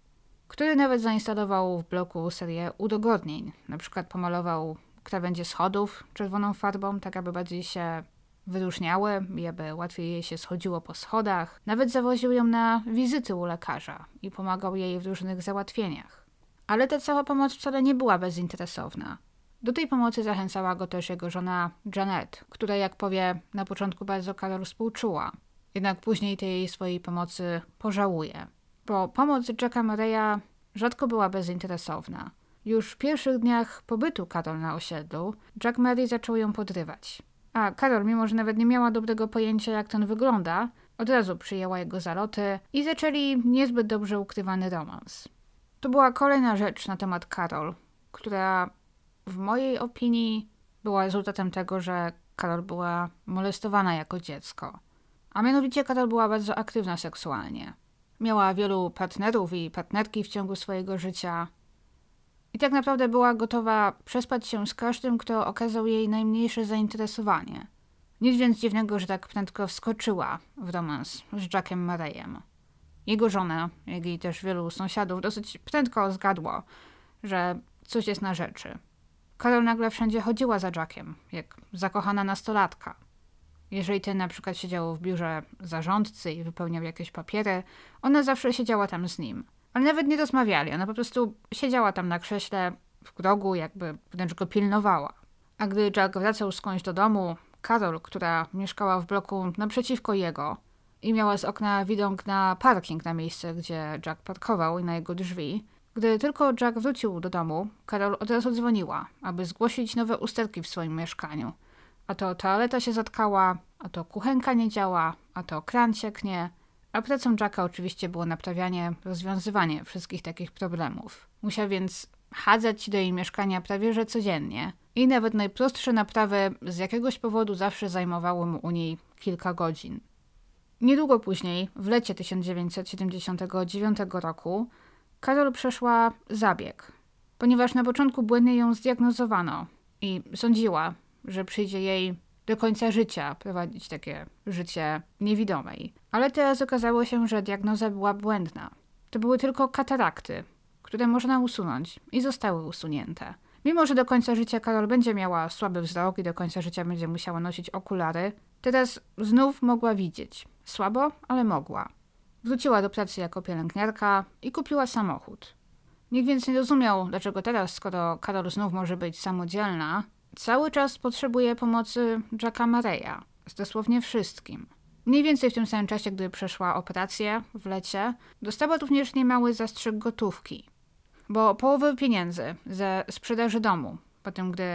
który nawet zainstalował w bloku serię udogodnień. Na przykład pomalował krawędzie schodów czerwoną farbą, tak aby bardziej się wyróżniały i aby łatwiej jej się schodziło po schodach. Nawet zawoził ją na wizyty u lekarza i pomagał jej w różnych załatwieniach. Ale ta cała pomoc wcale nie była bezinteresowna. Do tej pomocy zachęcała go też jego żona Janet, która, jak powie, na początku bardzo Karol współczuła. Jednak później tej swojej pomocy pożałuje. Bo pomoc Jacka Mareya rzadko była bezinteresowna. Już w pierwszych dniach pobytu Karol na osiedlu Jack Marey zaczął ją podrywać. A Karol, mimo że nawet nie miała dobrego pojęcia, jak ten wygląda, od razu przyjęła jego zaloty i zaczęli niezbyt dobrze ukrywany romans. To była kolejna rzecz na temat Karol, która w mojej opinii była rezultatem tego, że Karol była molestowana jako dziecko. A mianowicie Karol była bardzo aktywna seksualnie. Miała wielu partnerów i partnerki w ciągu swojego życia. I tak naprawdę była gotowa przespać się z każdym, kto okazał jej najmniejsze zainteresowanie. Nic więc dziwnego, że tak prędko wskoczyła w romans z Jackiem Mareyem. Jego żona, jak i też wielu sąsiadów dosyć prędko zgadło, że coś jest na rzeczy. Karol nagle wszędzie chodziła za Jackiem, jak zakochana nastolatka. Jeżeli ten na przykład siedział w biurze zarządcy i wypełniał jakieś papiery, ona zawsze siedziała tam z nim. Ale nawet nie rozmawiali, ona po prostu siedziała tam na krześle w grogu, jakby wręcz go pilnowała. A gdy Jack wracał skądś do domu, Karol, która mieszkała w bloku naprzeciwko jego i miała z okna widok na parking, na miejsce, gdzie Jack parkował i na jego drzwi, gdy tylko Jack wrócił do domu, Karol od razu dzwoniła, aby zgłosić nowe usterki w swoim mieszkaniu. A to toaleta się zatkała, a to kuchenka nie działa, a to kran cieknie. A pracą Jacka oczywiście było naprawianie, rozwiązywanie wszystkich takich problemów. Musiał więc chadzać do jej mieszkania prawie że codziennie i nawet najprostsze naprawy z jakiegoś powodu zawsze zajmowały mu u niej kilka godzin. Niedługo później, w lecie tysiąc dziewięćset siedemdziesiątego dziewiątego roku, Karol przeszła zabieg, ponieważ na początku błędnie ją zdiagnozowano i sądziła, że przyjdzie jej do końca życia prowadzić takie życie niewidomej. Ale teraz okazało się, że diagnoza była błędna. To były tylko katarakty, które można usunąć i zostały usunięte. Mimo że do końca życia Karol będzie miała słaby wzrok i do końca życia będzie musiała nosić okulary, teraz znów mogła widzieć. Słabo, ale mogła. Wróciła do pracy jako pielęgniarka i kupiła samochód. Nikt więc nie rozumiał, dlaczego teraz, skoro Karol znów może być samodzielna, cały czas potrzebuje pomocy Jacka Mareya. Z dosłownie wszystkim. Mniej więcej w tym samym czasie, gdy przeszła operację w lecie, dostała również niemały zastrzyk gotówki. Bo połowę pieniędzy ze sprzedaży domu, po tym gdy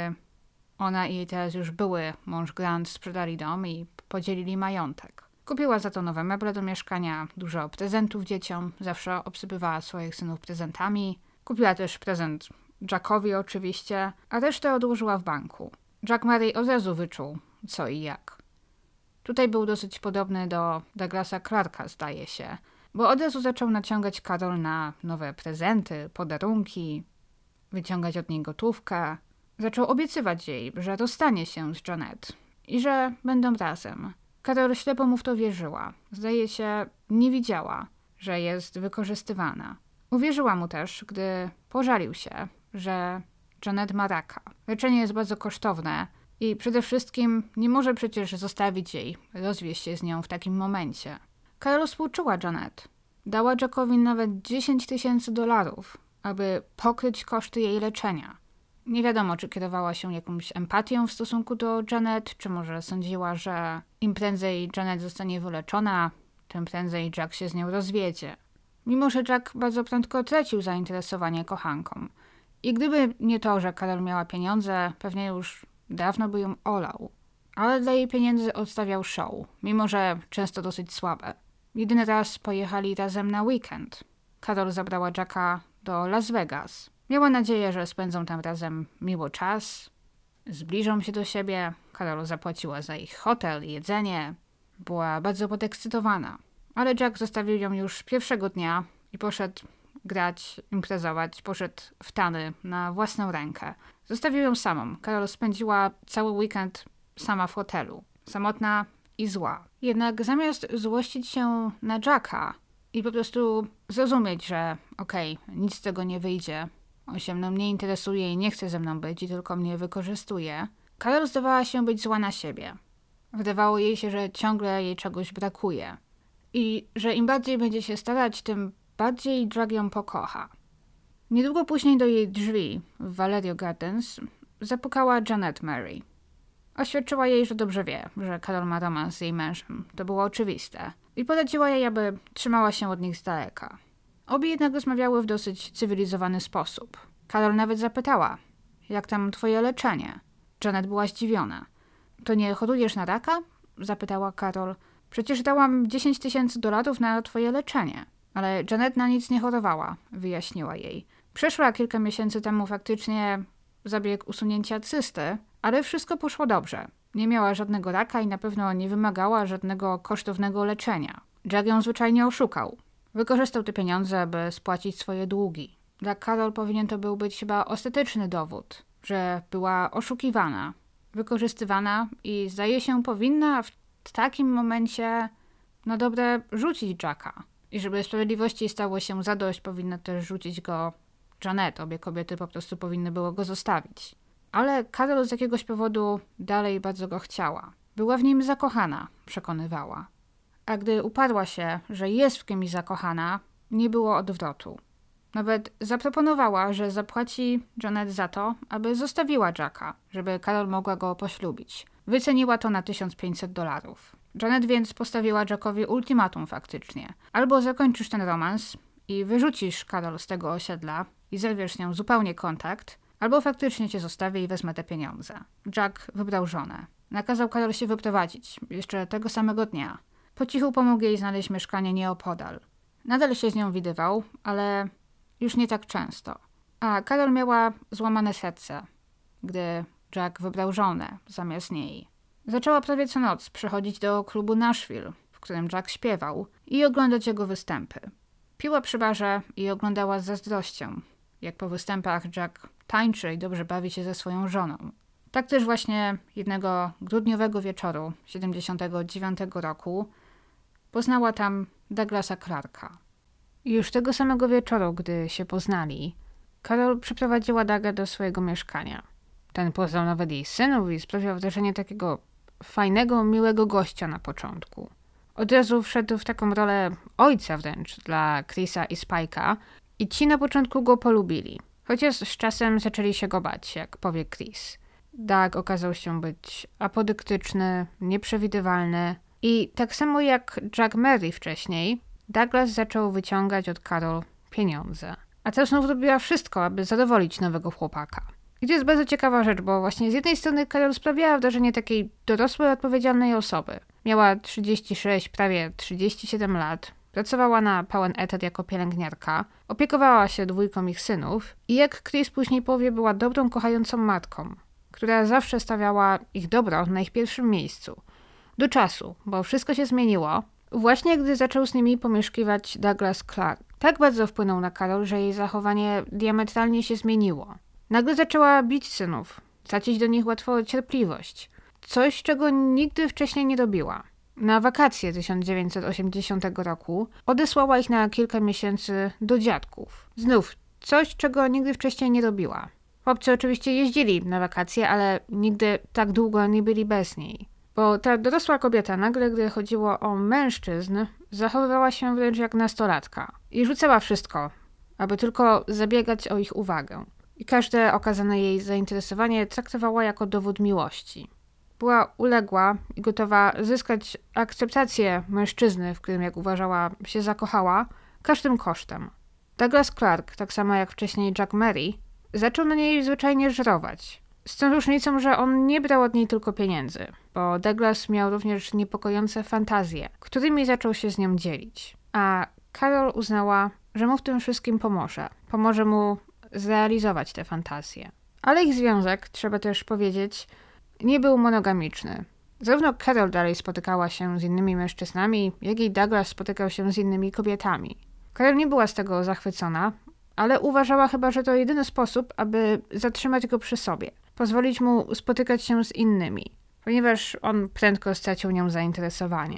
ona i jej teraz już były mąż Grant sprzedali dom i podzielili majątek. Kupiła za to nowe meble do mieszkania, dużo prezentów dzieciom, zawsze obsypywała swoich synów prezentami. Kupiła też prezent Jackowi oczywiście, a resztę odłożyła w banku. Jack Marey od razu wyczuł, co i jak. Tutaj był dosyć podobny do Douglasa Clarka, zdaje się, bo od razu zaczął naciągać Karol na nowe prezenty, podarunki, wyciągać od niej gotówkę. Zaczął obiecywać jej, że rozstanie się z Janet i że będą razem. Karol ślepo mu w to wierzyła. Zdaje się, nie widziała, że jest wykorzystywana. Uwierzyła mu też, gdy pożalił się, że Janet ma raka. Leczenie jest bardzo kosztowne i przede wszystkim nie może przecież zostawić jej, rozwieść się z nią w takim momencie. Karol współczuła Janet. Dała Jackowi nawet dziesięć tysięcy dolarów, aby pokryć koszty jej leczenia. Nie wiadomo, czy kierowała się jakąś empatią w stosunku do Janet, czy może sądziła, że im prędzej Janet zostanie wyleczona, tym prędzej Jack się z nią rozwiedzie. Mimo że Jack bardzo prędko tracił zainteresowanie kochanką. I gdyby nie to, że Karol miała pieniądze, pewnie już dawno by ją olał. Ale dla jej pieniędzy odstawiał show, mimo że często dosyć słabe. Jedyny raz pojechali razem na weekend. Karol zabrała Jacka do Las Vegas. Miała nadzieję, że spędzą tam razem miło czas, zbliżą się do siebie. Karol zapłaciła za ich hotel i jedzenie. Była bardzo podekscytowana. Ale Jack zostawił ją już pierwszego dnia i poszedł grać, imprezować, poszedł w tany na własną rękę. Zostawił ją samą. Karol spędziła cały weekend sama w hotelu. Samotna i zła. Jednak zamiast złościć się na Jacka, i po prostu zrozumieć, że okej, okay, nic z tego nie wyjdzie, on się mną nie interesuje i nie chce ze mną być i tylko mnie wykorzystuje, Carol zdawała się być zła na siebie. Wydawało jej się, że ciągle jej czegoś brakuje i że im bardziej będzie się starać, tym bardziej Jack ją pokocha. Niedługo później do jej drzwi w Valerio Gardens zapukała Janet Mary. Oświadczyła jej, że dobrze wie, że Carol ma romans z jej mężem. To było oczywiste. I poradziła jej, aby trzymała się od nich z daleka. Obie jednak rozmawiały w dosyć cywilizowany sposób. Carol nawet zapytała, jak tam twoje leczenie? Janet była zdziwiona. To nie chorujesz na raka? Zapytała Carol. Przecież dałam dziesięć tysięcy dolarów na twoje leczenie. Ale Janet na nic nie chorowała, wyjaśniła jej. Przeszła kilka miesięcy temu faktycznie zabieg usunięcia cysty, ale wszystko poszło dobrze. Nie miała żadnego raka i na pewno nie wymagała żadnego kosztownego leczenia. Jack ją zwyczajnie oszukał. Wykorzystał te pieniądze, aby spłacić swoje długi. Dla Carol powinien to był być chyba ostateczny dowód, że była oszukiwana, wykorzystywana i zdaje się powinna w takim momencie na dobre rzucić Jacka. I żeby sprawiedliwości stało się zadość, powinna też rzucić go Janet. Obie kobiety po prostu powinny było go zostawić. Ale Carol z jakiegoś powodu dalej bardzo go chciała. Była w nim zakochana, przekonywała. A gdy uparła się, że jest w kimś zakochana, nie było odwrotu. Nawet zaproponowała, że zapłaci Janet za to, aby zostawiła Jacka, żeby Carol mogła go poślubić. Wyceniła to na tysiąc pięćset dolarów. Janet więc postawiła Jackowi ultimatum faktycznie. Albo zakończysz ten romans i wyrzucisz Carol z tego osiedla i zerwiesz z nią zupełnie kontakt, albo faktycznie cię zostawię i wezmę te pieniądze. Jack wybrał żonę. Nakazał Carol się wyprowadzić, jeszcze tego samego dnia. Po cichu pomógł jej znaleźć mieszkanie nieopodal. Nadal się z nią widywał, ale już nie tak często. A Carol miała złamane serce, gdy Jack wybrał żonę zamiast niej. Zaczęła prawie co noc przychodzić do klubu Nashville, w którym Jack śpiewał, i oglądać jego występy. Piła przy barze i oglądała z zazdrością, jak po występach Jack tańczy i dobrze bawi się ze swoją żoną. Tak też właśnie jednego grudniowego wieczoru siedemdziesiątego dziewiątego roku poznała tam Douglasa Clarka. I już tego samego wieczoru, gdy się poznali, Carol przyprowadziła Douga do swojego mieszkania. Ten poznał nawet jej synów i sprawiał wrażenie takiego fajnego, miłego gościa na początku. Od razu wszedł w taką rolę ojca wręcz dla Chrisa i Spike'a i ci na początku go polubili. Chociaż z czasem zaczęli się go bać, jak powie Chris. Doug okazał się być apodyktyczny, nieprzewidywalny i tak samo jak Jack Mary wcześniej, Douglas zaczął wyciągać od Carol pieniądze. A ta znów robiła wszystko, aby zadowolić nowego chłopaka. I to jest bardzo ciekawa rzecz, bo właśnie z jednej strony Carol sprawiała wrażenie takiej dorosłej, odpowiedzialnej osoby. Miała trzydzieści sześć, prawie trzydzieści siedem lat. Pracowała na pełen etat jako pielęgniarka, opiekowała się dwójką ich synów i jak Chris później powie, była dobrą, kochającą matką, która zawsze stawiała ich dobro na ich pierwszym miejscu. Do czasu, bo wszystko się zmieniło, właśnie gdy zaczął z nimi pomieszkiwać Douglas Clark. Tak bardzo wpłynął na Carol, że jej zachowanie diametralnie się zmieniło. Nagle zaczęła bić synów, tracić do nich łatwo cierpliwość. Coś, czego nigdy wcześniej nie robiła. Na wakacje tysiąc dziewięćset osiemdziesiątego roku odesłała ich na kilka miesięcy do dziadków. Znów coś, czego nigdy wcześniej nie robiła. Chłopcy oczywiście jeździli na wakacje, ale nigdy tak długo nie byli bez niej. Bo ta dorosła kobieta nagle, gdy chodziło o mężczyzn, zachowywała się wręcz jak nastolatka. I rzucała wszystko, aby tylko zabiegać o ich uwagę. I każde okazane jej zainteresowanie traktowała jako dowód miłości. Była uległa i gotowa zyskać akceptację mężczyzny, w którym, jak uważała, się zakochała, każdym kosztem. Douglas Clark, tak samo jak wcześniej Jack Mary, zaczął na niej zwyczajnie żerować. Z tą różnicą, że on nie brał od niej tylko pieniędzy, bo Douglas miał również niepokojące fantazje, którymi zaczął się z nią dzielić. A Carol uznała, że mu w tym wszystkim pomoże. Pomoże mu zrealizować te fantazje. Ale ich związek, trzeba też powiedzieć, nie był monogamiczny. Zarówno Carol dalej spotykała się z innymi mężczyznami, jak i Douglas spotykał się z innymi kobietami. Carol nie była z tego zachwycona, ale uważała chyba, że to jedyny sposób, aby zatrzymać go przy sobie. Pozwolić mu spotykać się z innymi, ponieważ on prędko stracił nią zainteresowanie.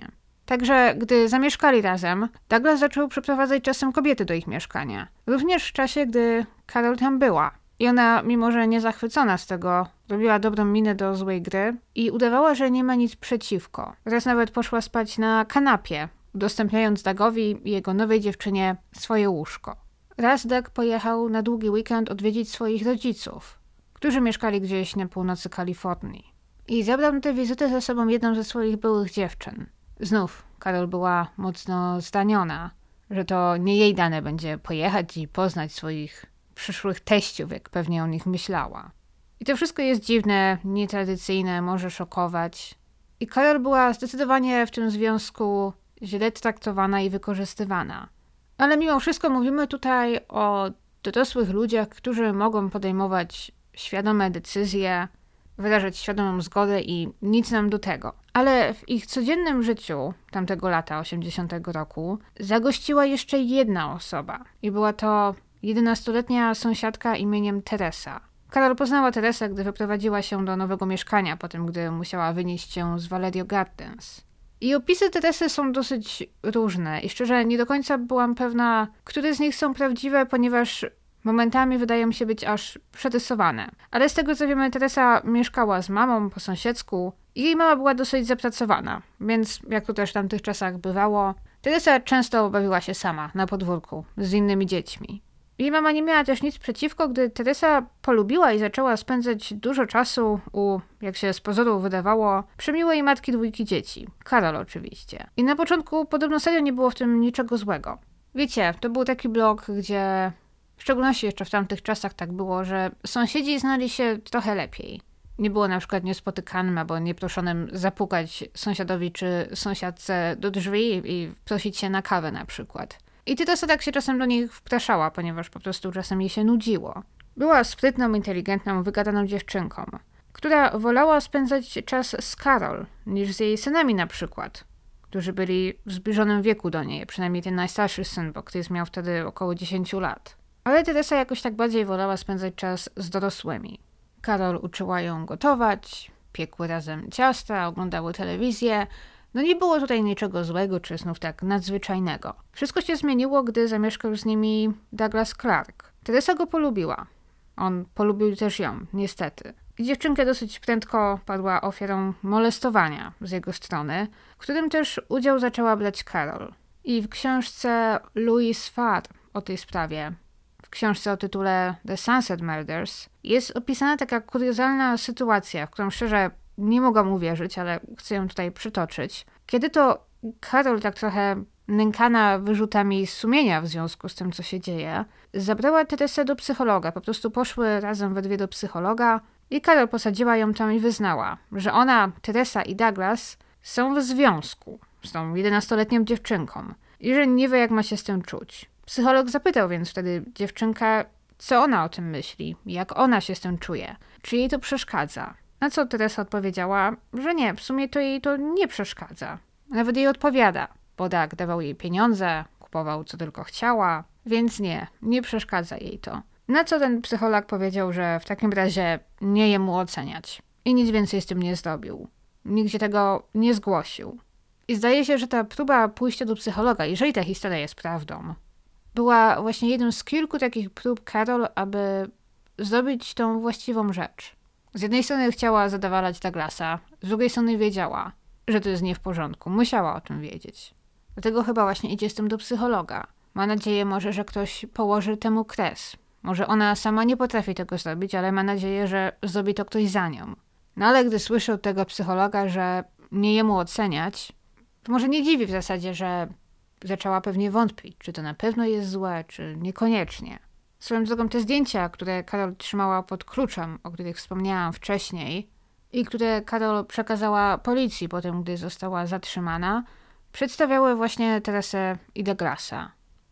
Także gdy zamieszkali razem, Douglas zaczął przyprowadzać czasem kobiety do ich mieszkania. Również w czasie, gdy Carol tam była. I ona, mimo że nie zachwycona z tego, robiła dobrą minę do złej gry i udawała, że nie ma nic przeciwko. Raz nawet poszła spać na kanapie, udostępniając Dougowi i jego nowej dziewczynie swoje łóżko. Raz Doug pojechał na długi weekend odwiedzić swoich rodziców, którzy mieszkali gdzieś na północy Kalifornii. I zabrał na tę wizytę ze sobą jedną ze swoich byłych dziewczyn. Znów Carol była mocno zdaniona, że to nie jej dane będzie pojechać i poznać swoich przyszłych teściów, jak pewnie o nich myślała. I to wszystko jest dziwne, nietradycyjne, może szokować. I Carol była zdecydowanie w tym związku źle traktowana i wykorzystywana. Ale mimo wszystko mówimy tutaj o dorosłych ludziach, którzy mogą podejmować świadome decyzje, wyrażać świadomą zgodę i nic nam do tego. Ale w ich codziennym życiu tamtego lata, osiemdziesiątego roku, zagościła jeszcze jedna osoba. I była to jedenastoletnia sąsiadka imieniem Teresa. Carol poznała Teresę, gdy wyprowadziła się do nowego mieszkania, po tym gdy musiała wynieść się z Valerio Gardens. I opisy Teresy są dosyć różne i szczerze nie do końca byłam pewna, które z nich są prawdziwe, ponieważ momentami wydają się być aż przerysowane. Ale z tego co wiemy, Teresa mieszkała z mamą po sąsiedzku i jej mama była dosyć zapracowana, więc jak to też w tamtych czasach bywało, Teresa często bawiła się sama na podwórku z innymi dziećmi. Jej mama nie miała też nic przeciwko, gdy Teresa polubiła i zaczęła spędzać dużo czasu u, jak się z pozoru wydawało, przemiłej matki dwójki dzieci. Carol oczywiście. I na początku podobno serio nie było w tym niczego złego. Wiecie, to był taki blok, gdzie w szczególności jeszcze w tamtych czasach tak było, że sąsiedzi znali się trochę lepiej. Nie było na przykład niespotykanym albo nieproszonym zapukać sąsiadowi czy sąsiadce do drzwi i prosić się na kawę na przykład. I Teresa tak się czasem do nich wpraszała, ponieważ po prostu czasem jej się nudziło. Była sprytną, inteligentną, wygadaną dziewczynką, która wolała spędzać czas z Carol niż z jej synami na przykład, którzy byli w zbliżonym wieku do niej, przynajmniej ten najstarszy syn, bo Chris miał wtedy około dziesięć lat. Ale Teresa jakoś tak bardziej wolała spędzać czas z dorosłymi. Carol uczyła ją gotować, piekły razem ciasta, oglądały telewizję. No nie było tutaj niczego złego, czy znów tak nadzwyczajnego. Wszystko się zmieniło, gdy zamieszkał z nimi Douglas Clark. Teresa go polubiła. On polubił też ją, niestety. I dziewczynka dosyć prędko padła ofiarą molestowania z jego strony, w którym też udział zaczęła brać Carol. I w książce Louise Farr o tej sprawie, w książce o tytule The Sunset Murders, jest opisana taka kuriozalna sytuacja, w którą szczerze nie mogłam uwierzyć, ale chcę ją tutaj przytoczyć. Kiedy to Carol, tak trochę nękana wyrzutami sumienia w związku z tym, co się dzieje, zabrała Teresę do psychologa. Po prostu poszły razem we dwie do psychologa i Carol posadziła ją tam i wyznała, że ona, Teresa i Douglas są w związku z tą jedenastoletnią dziewczynką i że nie wie, jak ma się z tym czuć. Psycholog zapytał więc wtedy dziewczynkę, co ona o tym myśli, jak ona się z tym czuje, czy jej to przeszkadza. Na co Teresa odpowiedziała, że nie, w sumie to jej to nie przeszkadza. Nawet jej odpowiada, bo Doug dawał jej pieniądze, kupował co tylko chciała, więc nie, nie przeszkadza jej to. Na co ten psycholog powiedział, że w takim razie nie jemu oceniać. I nic więcej z tym nie zrobił. Nigdzie tego nie zgłosił. I zdaje się, że ta próba pójścia do psychologa, jeżeli ta historia jest prawdą, była właśnie jedną z kilku takich prób Carol, aby zrobić tą właściwą rzecz. Z jednej strony chciała zadowalać Douglasa, z drugiej strony wiedziała, że to jest nie w porządku. Musiała o tym wiedzieć. Dlatego chyba właśnie idzie z tym do psychologa. Ma nadzieję może, że ktoś położy temu kres. Może ona sama nie potrafi tego zrobić, ale ma nadzieję, że zrobi to ktoś za nią. No ale gdy słyszy od tego psychologa, że nie jemu oceniać, to może nie dziwi w zasadzie, że zaczęła pewnie wątpić, czy to na pewno jest złe, czy niekoniecznie. Swoją drogą te zdjęcia, które Carol trzymała pod kluczem, o których wspomniałam wcześniej i które Carol przekazała policji po tym, gdy została zatrzymana, przedstawiały właśnie Teresę i Douglasa.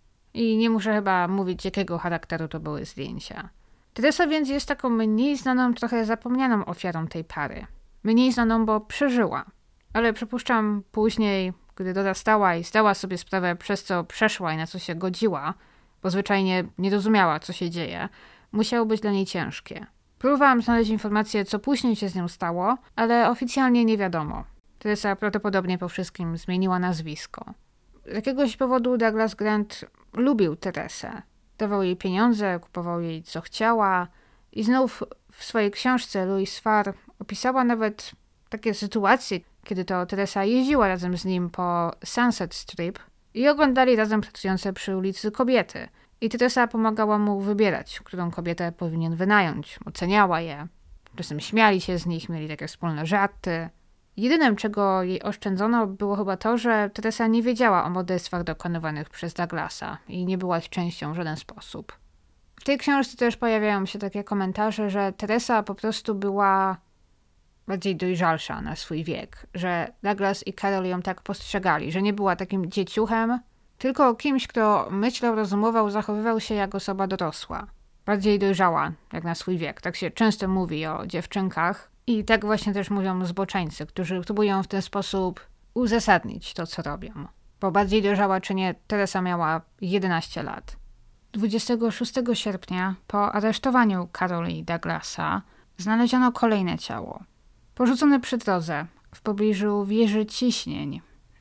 I nie muszę chyba mówić, jakiego charakteru to były zdjęcia. Teresa więc jest taką mniej znaną, trochę zapomnianą ofiarą tej pary. Mniej znaną, bo przeżyła. Ale przypuszczam później, gdy dorastała i zdała sobie sprawę, przez co przeszła i na co się godziła, bo zwyczajnie nie rozumiała, co się dzieje, musiało być dla niej ciężkie. Próbowałam znaleźć informację, co później się z nią stało, ale oficjalnie nie wiadomo. Teresa prawdopodobnie po wszystkim zmieniła nazwisko. Z jakiegoś powodu Douglas Grant lubił Teresę. Dawał jej pieniądze, kupował jej co chciała i znów w swojej książce Louise Farr opisała nawet takie sytuacje, kiedy to Teresa jeździła razem z nim po Sunset Strip i oglądali razem pracujące przy ulicy kobiety. I Teresa pomagała mu wybierać, którą kobietę powinien wynająć. Oceniała je. Czasem śmiali się z nich, mieli takie wspólne żarty. Jedynym, czego jej oszczędzono, było chyba to, że Teresa nie wiedziała o morderstwach dokonywanych przez Douglasa i nie była ich częścią w żaden sposób. W tej książce też pojawiają się takie komentarze, że Teresa po prostu była bardziej dojrzalsza na swój wiek, że Douglas i Carol ją tak postrzegali, że nie była takim dzieciuchem, tylko kimś, kto myślał, rozumował, zachowywał się jak osoba dorosła. Bardziej dojrzała jak na swój wiek. Tak się często mówi o dziewczynkach i tak właśnie też mówią zboczeńcy, którzy próbują w ten sposób uzasadnić to, co robią. Bo bardziej dojrzała czy nie, Teresa miała jedenaście lat. dwudziestego szóstego sierpnia po aresztowaniu Carol i Douglasa znaleziono kolejne ciało. Porzucone przy drodze w pobliżu wieży ciśnień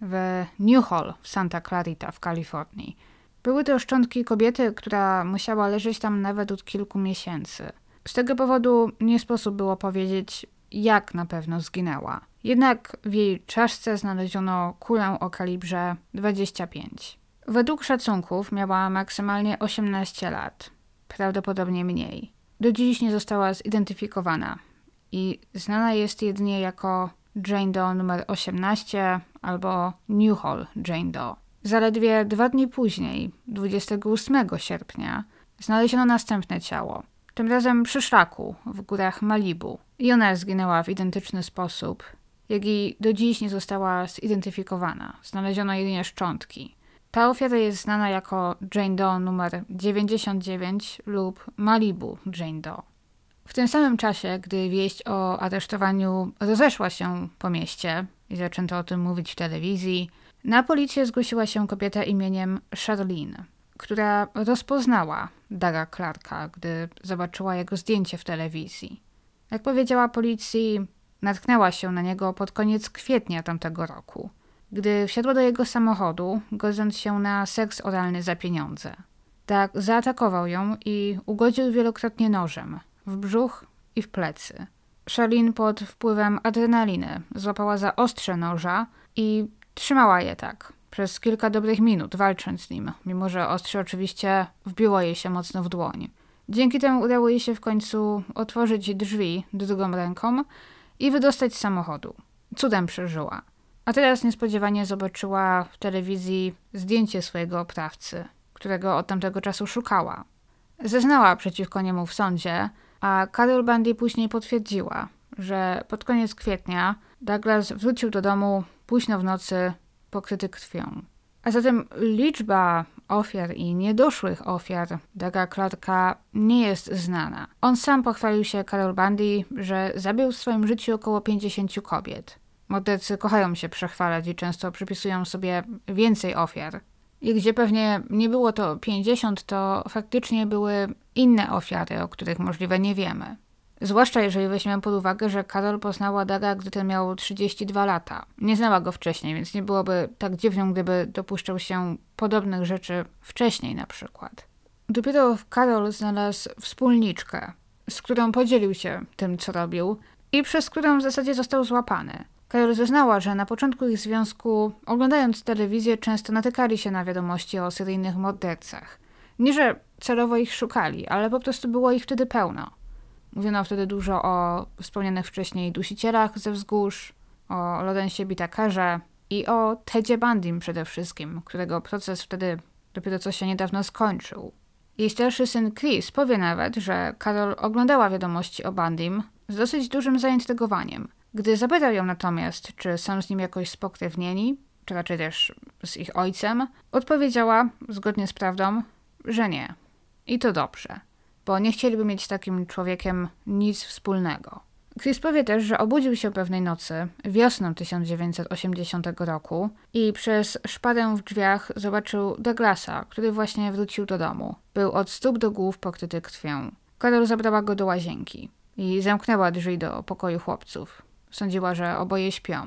w Newhall w Santa Clarita w Kalifornii. Były to szczątki kobiety, która musiała leżeć tam nawet od kilku miesięcy. Z tego powodu nie sposób było powiedzieć, jak na pewno zginęła. Jednak w jej czaszce znaleziono kulę o kalibrze dwadzieścia pięć. Według szacunków miała maksymalnie osiemnaście lat, prawdopodobnie mniej. Do dziś nie została zidentyfikowana i znana jest jedynie jako Jane Doe numer osiemnaście albo Newhall Jane Doe. Zaledwie dwa dni później, dwudziestego ósmego sierpnia, znaleziono następne ciało. Tym razem przy szlaku w górach Malibu. I ona zginęła w identyczny sposób, jak i do dziś nie została zidentyfikowana. Znaleziono jedynie szczątki. Ta ofiara jest znana jako Jane Doe numer dziewięćdziesiąt dziewięć lub Malibu Jane Doe. W tym samym czasie, gdy wieść o aresztowaniu rozeszła się po mieście i zaczęto o tym mówić w telewizji, na policję zgłosiła się kobieta imieniem Charlene, która rozpoznała Douga Clarka, gdy zobaczyła jego zdjęcie w telewizji. Jak powiedziała policji, natknęła się na niego pod koniec kwietnia tamtego roku, gdy wsiadła do jego samochodu, godząc się na seks oralny za pieniądze. Doug zaatakował ją i ugodził wielokrotnie nożem w brzuch i w plecy. Charlene pod wpływem adrenaliny złapała za ostrze noża i trzymała je tak przez kilka dobrych minut, walcząc z nim, mimo że ostrze oczywiście wbiło jej się mocno w dłoń. Dzięki temu udało jej się w końcu otworzyć drzwi drugą ręką i wydostać z samochodu. Cudem przeżyła. A teraz niespodziewanie zobaczyła w telewizji zdjęcie swojego oprawcy, którego od tamtego czasu szukała. Zeznała przeciwko niemu w sądzie, a Carol Bundy później potwierdziła, że pod koniec kwietnia Douglas wrócił do domu późno w nocy pokryty krwią. A zatem liczba ofiar i niedoszłych ofiar Douga Clarka nie jest znana. On sam pochwalił się Carol Bundy, że zabił w swoim życiu około pięćdziesięciu kobiet. Mordercy kochają się przechwalać i często przypisują sobie więcej ofiar. I gdzie pewnie nie było to pięćdziesiąt, to faktycznie były inne ofiary, o których możliwe nie wiemy. Zwłaszcza jeżeli weźmiemy pod uwagę, że Carol poznała Douga, gdy ten miał trzydzieści dwa lata. Nie znała go wcześniej, więc nie byłoby tak dziwną, gdyby dopuszczał się podobnych rzeczy wcześniej na przykład. Dopiero Carol znalazł wspólniczkę, z którą podzielił się tym, co robił i przez którą w zasadzie został złapany. Carol zeznała, że na początku ich związku, oglądając telewizję, często natykali się na wiadomości o seryjnych mordercach. Nie, że celowo ich szukali, ale po prostu było ich wtedy pełno. Mówiono wtedy dużo o wspomnianych wcześniej dusicielach ze wzgórz, o Lawrence'ie Whitakerze i o Tedzie Bundym przede wszystkim, którego proces wtedy dopiero co się niedawno skończył. Jej starszy syn Chris powie nawet, że Carol oglądała wiadomości o Bundym z dosyć dużym zaintrygowaniem. Gdy zapytał ją natomiast, czy są z nim jakoś spokrewnieni, czy raczej też z ich ojcem, odpowiedziała, zgodnie z prawdą, że nie. I to dobrze, bo nie chcieliby mieć z takim człowiekiem nic wspólnego. Chris powie też, że obudził się pewnej nocy, wiosną tysiąc dziewięćset osiemdziesiątego roku i przez szparę w drzwiach zobaczył Douglasa, który właśnie wrócił do domu. Był od stóp do głów pokryty krwią. Carol zabrała go do łazienki i zamknęła drzwi do pokoju chłopców. Sądziła, że oboje śpią.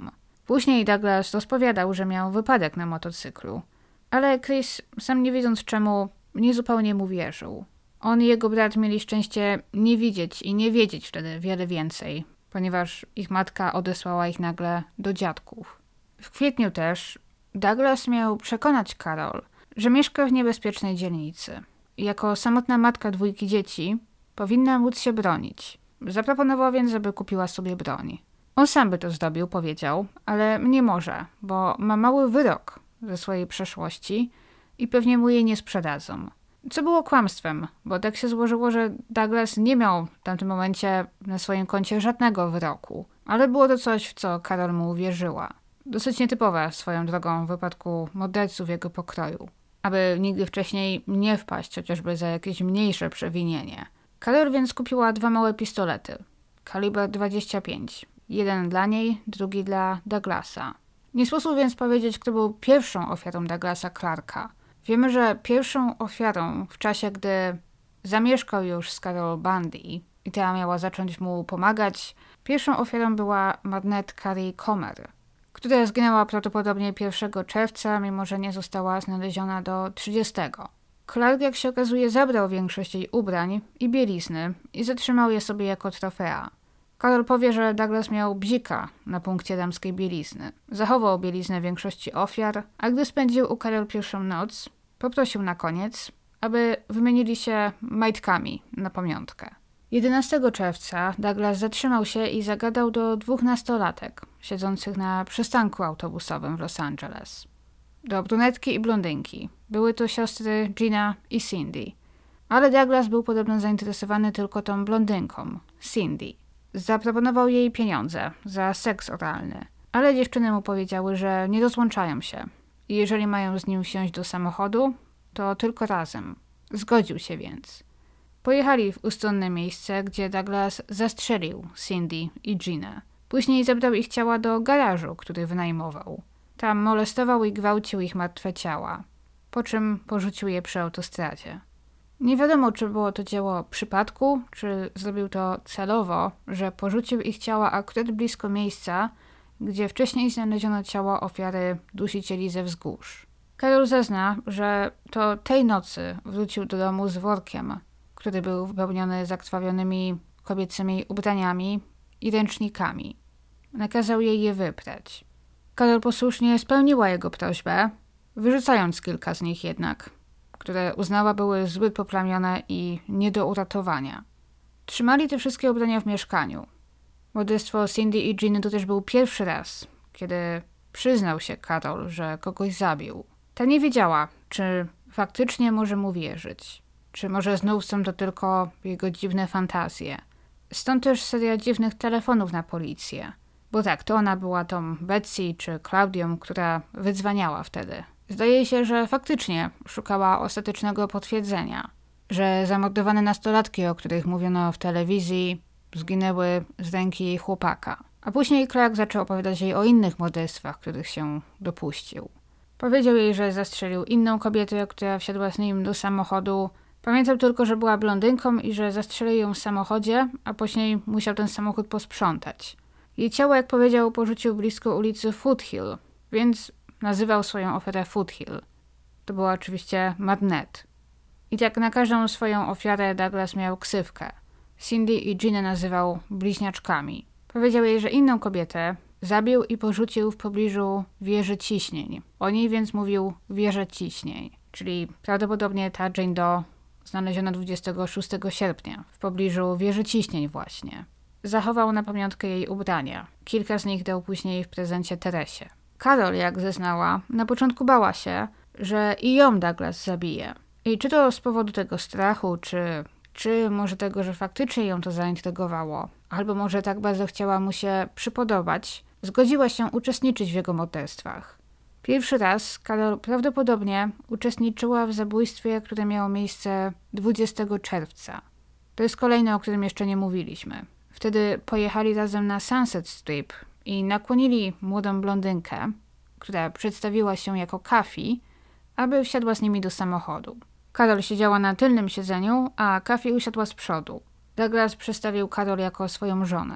Później Douglas rozpowiadał, że miał wypadek na motocyklu, ale Chris, sam nie wiedząc czemu, niezupełnie mu wierzył. On i jego brat mieli szczęście nie widzieć i nie wiedzieć wtedy wiele więcej, ponieważ ich matka odesłała ich nagle do dziadków. W kwietniu też Douglas miał przekonać Carol, że mieszka w niebezpiecznej dzielnicy. Jako samotna matka dwójki dzieci powinna móc się bronić. Zaproponował więc, żeby kupiła sobie broń. On sam by to zrobił, powiedział, ale nie może, bo ma mały wyrok ze swojej przeszłości i pewnie mu jej nie sprzedadzą. Co było kłamstwem, bo tak się złożyło, że Douglas nie miał w tamtym momencie na swoim koncie żadnego wyroku, ale było to coś, w co Carol mu uwierzyła. Dosyć nietypowe swoją drogą w wypadku morderców jego pokroju, aby nigdy wcześniej nie wpaść chociażby za jakieś mniejsze przewinienie. Carol więc kupiła dwa małe pistolety, kaliber dwadzieścia pięć. Jeden dla niej, drugi dla Douglasa. Nie sposób więc powiedzieć, kto był pierwszą ofiarą Douglasa Clarka. Wiemy, że pierwszą ofiarą w czasie, gdy zamieszkał już z Carol Bundy i ta miała zacząć mu pomagać, pierwszą ofiarą była Marnette Carey Comer, która zginęła prawdopodobnie pierwszego czerwca, mimo że nie została znaleziona do trzydziestego. Clark, jak się okazuje, zabrał większość jej ubrań i bielizny i zatrzymał je sobie jako trofea. Carol powie, że Douglas miał bzika na punkcie damskiej bielizny. Zachował bieliznę większości ofiar, a gdy spędził u Carol pierwszą noc, poprosił na koniec, aby wymienili się majtkami na pamiątkę. jedenastego czerwca Douglas zatrzymał się i zagadał do dwóch nastolatek siedzących na przystanku autobusowym w Los Angeles. Do brunetki i blondynki. Były to siostry Gina i Cindy. Ale Douglas był podobno zainteresowany tylko tą blondynką, Cindy. Zaproponował jej pieniądze za seks oralny, ale dziewczyny mu powiedziały, że nie rozłączają się i jeżeli mają z nim wsiąść do samochodu, to tylko razem. Zgodził się więc. Pojechali w ustronne miejsce, gdzie Douglas zastrzelił Cindy i Ginę. Później zabrał ich ciała do garażu, który wynajmował. Tam molestował i gwałcił ich martwe ciała, po czym porzucił je przy autostradzie. Nie wiadomo, czy było to dzieło przypadku, czy zrobił to celowo, że porzucił ich ciała akurat blisko miejsca, gdzie wcześniej znaleziono ciała ofiary dusicieli ze wzgórz. Carol zezna, że to tej nocy wrócił do domu z workiem, który był wypełniony zakrwawionymi kobiecymi ubraniami i ręcznikami. Nakazał jej je wyprać. Carol posłusznie spełniła jego prośbę, wyrzucając kilka z nich jednak, które uznała były zbyt poplamione i nie do uratowania. Trzymali te wszystkie ubrania w mieszkaniu. Morderstwo Cindy i Giny to też był pierwszy raz, kiedy przyznał się Carol, że kogoś zabił. Ta nie wiedziała, czy faktycznie może mu wierzyć, czy może znów są to tylko jego dziwne fantazje. Stąd też seria dziwnych telefonów na policję. Bo tak, to ona była tą Betsy czy Claudią, która wydzwaniała wtedy. Zdaje się, że faktycznie szukała ostatecznego potwierdzenia, że zamordowane nastolatki, o których mówiono w telewizji, zginęły z ręki jej chłopaka. A później Clark zaczął opowiadać jej o innych morderstwach, których się dopuścił. Powiedział jej, że zastrzelił inną kobietę, która wsiadła z nim do samochodu. Pamiętał tylko, że była blondynką i że zastrzelił ją w samochodzie, a później musiał ten samochód posprzątać. Jej ciało, jak powiedział, porzucił blisko ulicy Foothill, więc nazywał swoją ofiarę Foothill. To była oczywiście Marnette. I tak na każdą swoją ofiarę Douglas miał ksywkę. Cindy i Ginę nazywał bliźniaczkami. Powiedział jej, że inną kobietę zabił i porzucił w pobliżu wieży ciśnień. O niej więc mówił wieża ciśnień, czyli prawdopodobnie ta Jane Doe znaleziona dwudziestego szóstego sierpnia w pobliżu wieży ciśnień właśnie. Zachował na pamiątkę jej ubrania. Kilka z nich dał później w prezencie Teresie. Carol, jak zeznała, na początku bała się, że i ją Douglas zabije. I czy to z powodu tego strachu, czy, czy może tego, że faktycznie ją to zaintrygowało, albo może tak bardzo chciała mu się przypodobać, zgodziła się uczestniczyć w jego morderstwach. Pierwszy raz Carol prawdopodobnie uczestniczyła w zabójstwie, które miało miejsce dwudziestego czerwca. To jest kolejne, o którym jeszcze nie mówiliśmy. Wtedy pojechali razem na Sunset Strip i nakłonili młodą blondynkę, która przedstawiła się jako Kathy, aby wsiadła z nimi do samochodu. Carol siedziała na tylnym siedzeniu, a Kathy usiadła z przodu. Douglas przedstawił Carol jako swoją żonę.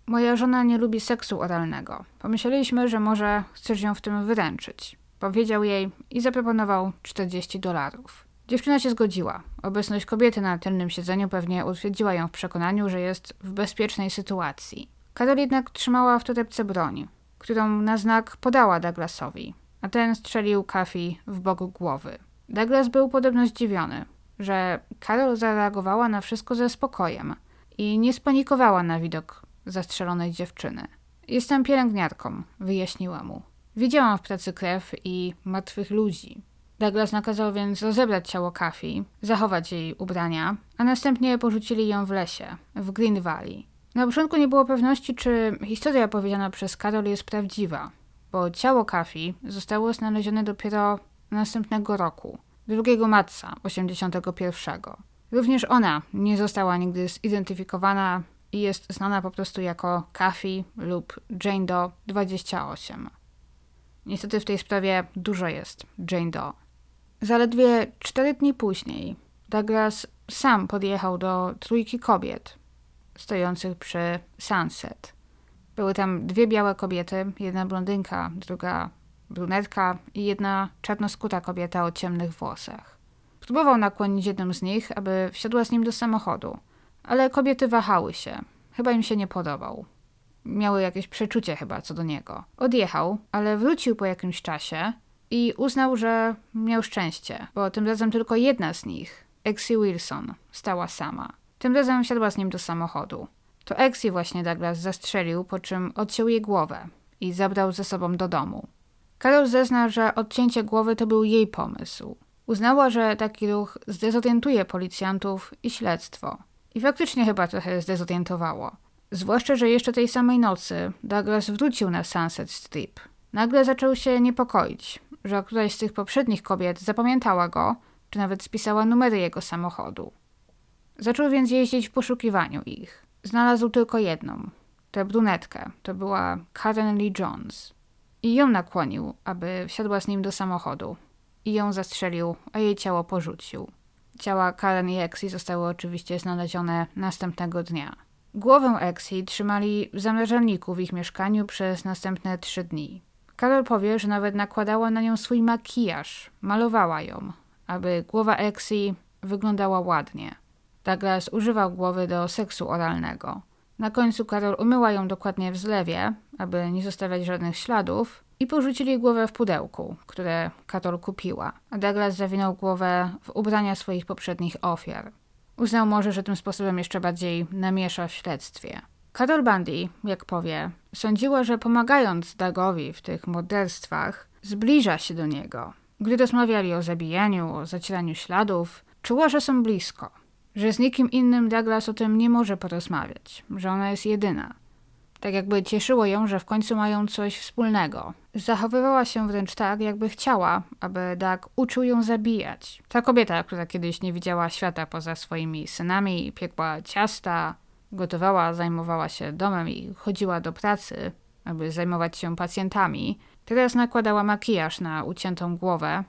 Moja żona nie lubi seksu oralnego. Pomyśleliśmy, że może chcesz ją w tym wyręczyć. Powiedział jej i zaproponował czterdzieści dolarów. Dziewczyna się zgodziła. Obecność kobiety na tylnym siedzeniu pewnie utwierdziła ją w przekonaniu, że jest w bezpiecznej sytuacji. Carol jednak trzymała w torebce broń, którą na znak podała Douglasowi, a ten strzelił Kathy w bok głowy. Douglas był podobno zdziwiony, że Carol zareagowała na wszystko ze spokojem i nie spanikowała na widok zastrzelonej dziewczyny. Jestem pielęgniarką, wyjaśniła mu. Widziałam w pracy krew i martwych ludzi. Douglas nakazał więc rozebrać ciało Kathy, zachować jej ubrania, a następnie porzucili ją w lesie, w Green Valley. Na początku nie było pewności, czy historia opowiedziana przez Carol jest prawdziwa, bo ciało Kathy zostało znalezione dopiero następnego roku, drugiego marca osiemdziesiątego pierwszego. Również ona nie została nigdy zidentyfikowana i jest znana po prostu jako Kathy lub Jane Doe dwadzieścia osiem. Niestety w tej sprawie dużo jest Jane Doe. Zaledwie cztery dni później Douglas sam podjechał do trójki kobiet stojących przy Sunset. Były tam dwie białe kobiety, jedna blondynka, druga brunetka i jedna czarnoskóra kobieta o ciemnych włosach. Próbował nakłonić jedną z nich, aby wsiadła z nim do samochodu, ale kobiety wahały się. Chyba im się nie podobał. Miały jakieś przeczucie chyba co do niego. Odjechał, ale wrócił po jakimś czasie i uznał, że miał szczęście, bo tym razem tylko jedna z nich, Exie Wilson, stała sama. Tym razem wsiadła z nim do samochodu. To Exie właśnie Douglas zastrzelił, po czym odciął jej głowę i zabrał ze sobą do domu. Carol zezna, że odcięcie głowy to był jej pomysł. Uznała, że taki ruch zdezorientuje policjantów i śledztwo. I faktycznie chyba trochę zdezorientowało. Zwłaszcza, że jeszcze tej samej nocy Douglas wrócił na Sunset Strip. Nagle zaczął się niepokoić, że któraś z tych poprzednich kobiet zapamiętała go, czy nawet spisała numery jego samochodu. Zaczął więc jeździć w poszukiwaniu ich. Znalazł tylko jedną, tę brunetkę, to była Karen Lee Jones. I ją nakłonił, aby wsiadła z nim do samochodu. I ją zastrzelił, a jej ciało porzucił. Ciała Karen i Exie zostały oczywiście znalezione następnego dnia. Głowę Exie trzymali w zamrażalniku w ich mieszkaniu przez następne trzy dni. Carol powie, że nawet nakładała na nią swój makijaż, malowała ją, aby głowa Exie wyglądała ładnie. Douglas używał głowy do seksu oralnego. Na końcu Carol umyła ją dokładnie w zlewie, aby nie zostawiać żadnych śladów, i porzucili głowę w pudełku, które Carol kupiła, a Douglas zawinął głowę w ubrania swoich poprzednich ofiar. Uznał może, że tym sposobem jeszcze bardziej namiesza w śledztwie. Carol Bundy, jak powie, sądziła, że pomagając Dougowi w tych morderstwach, zbliża się do niego. Gdy rozmawiali o zabijaniu, o zacieraniu śladów, czuła, że są blisko. Że z nikim innym Douglas o tym nie może porozmawiać, że ona jest jedyna. Tak jakby cieszyło ją, że w końcu mają coś wspólnego. Zachowywała się wręcz tak, jakby chciała, aby Doug uczył ją zabijać. Ta kobieta, która kiedyś nie widziała świata poza swoimi synami, piekła ciasta, gotowała, zajmowała się domem i chodziła do pracy, aby zajmować się pacjentami, teraz nakładała makijaż na uciętą głowę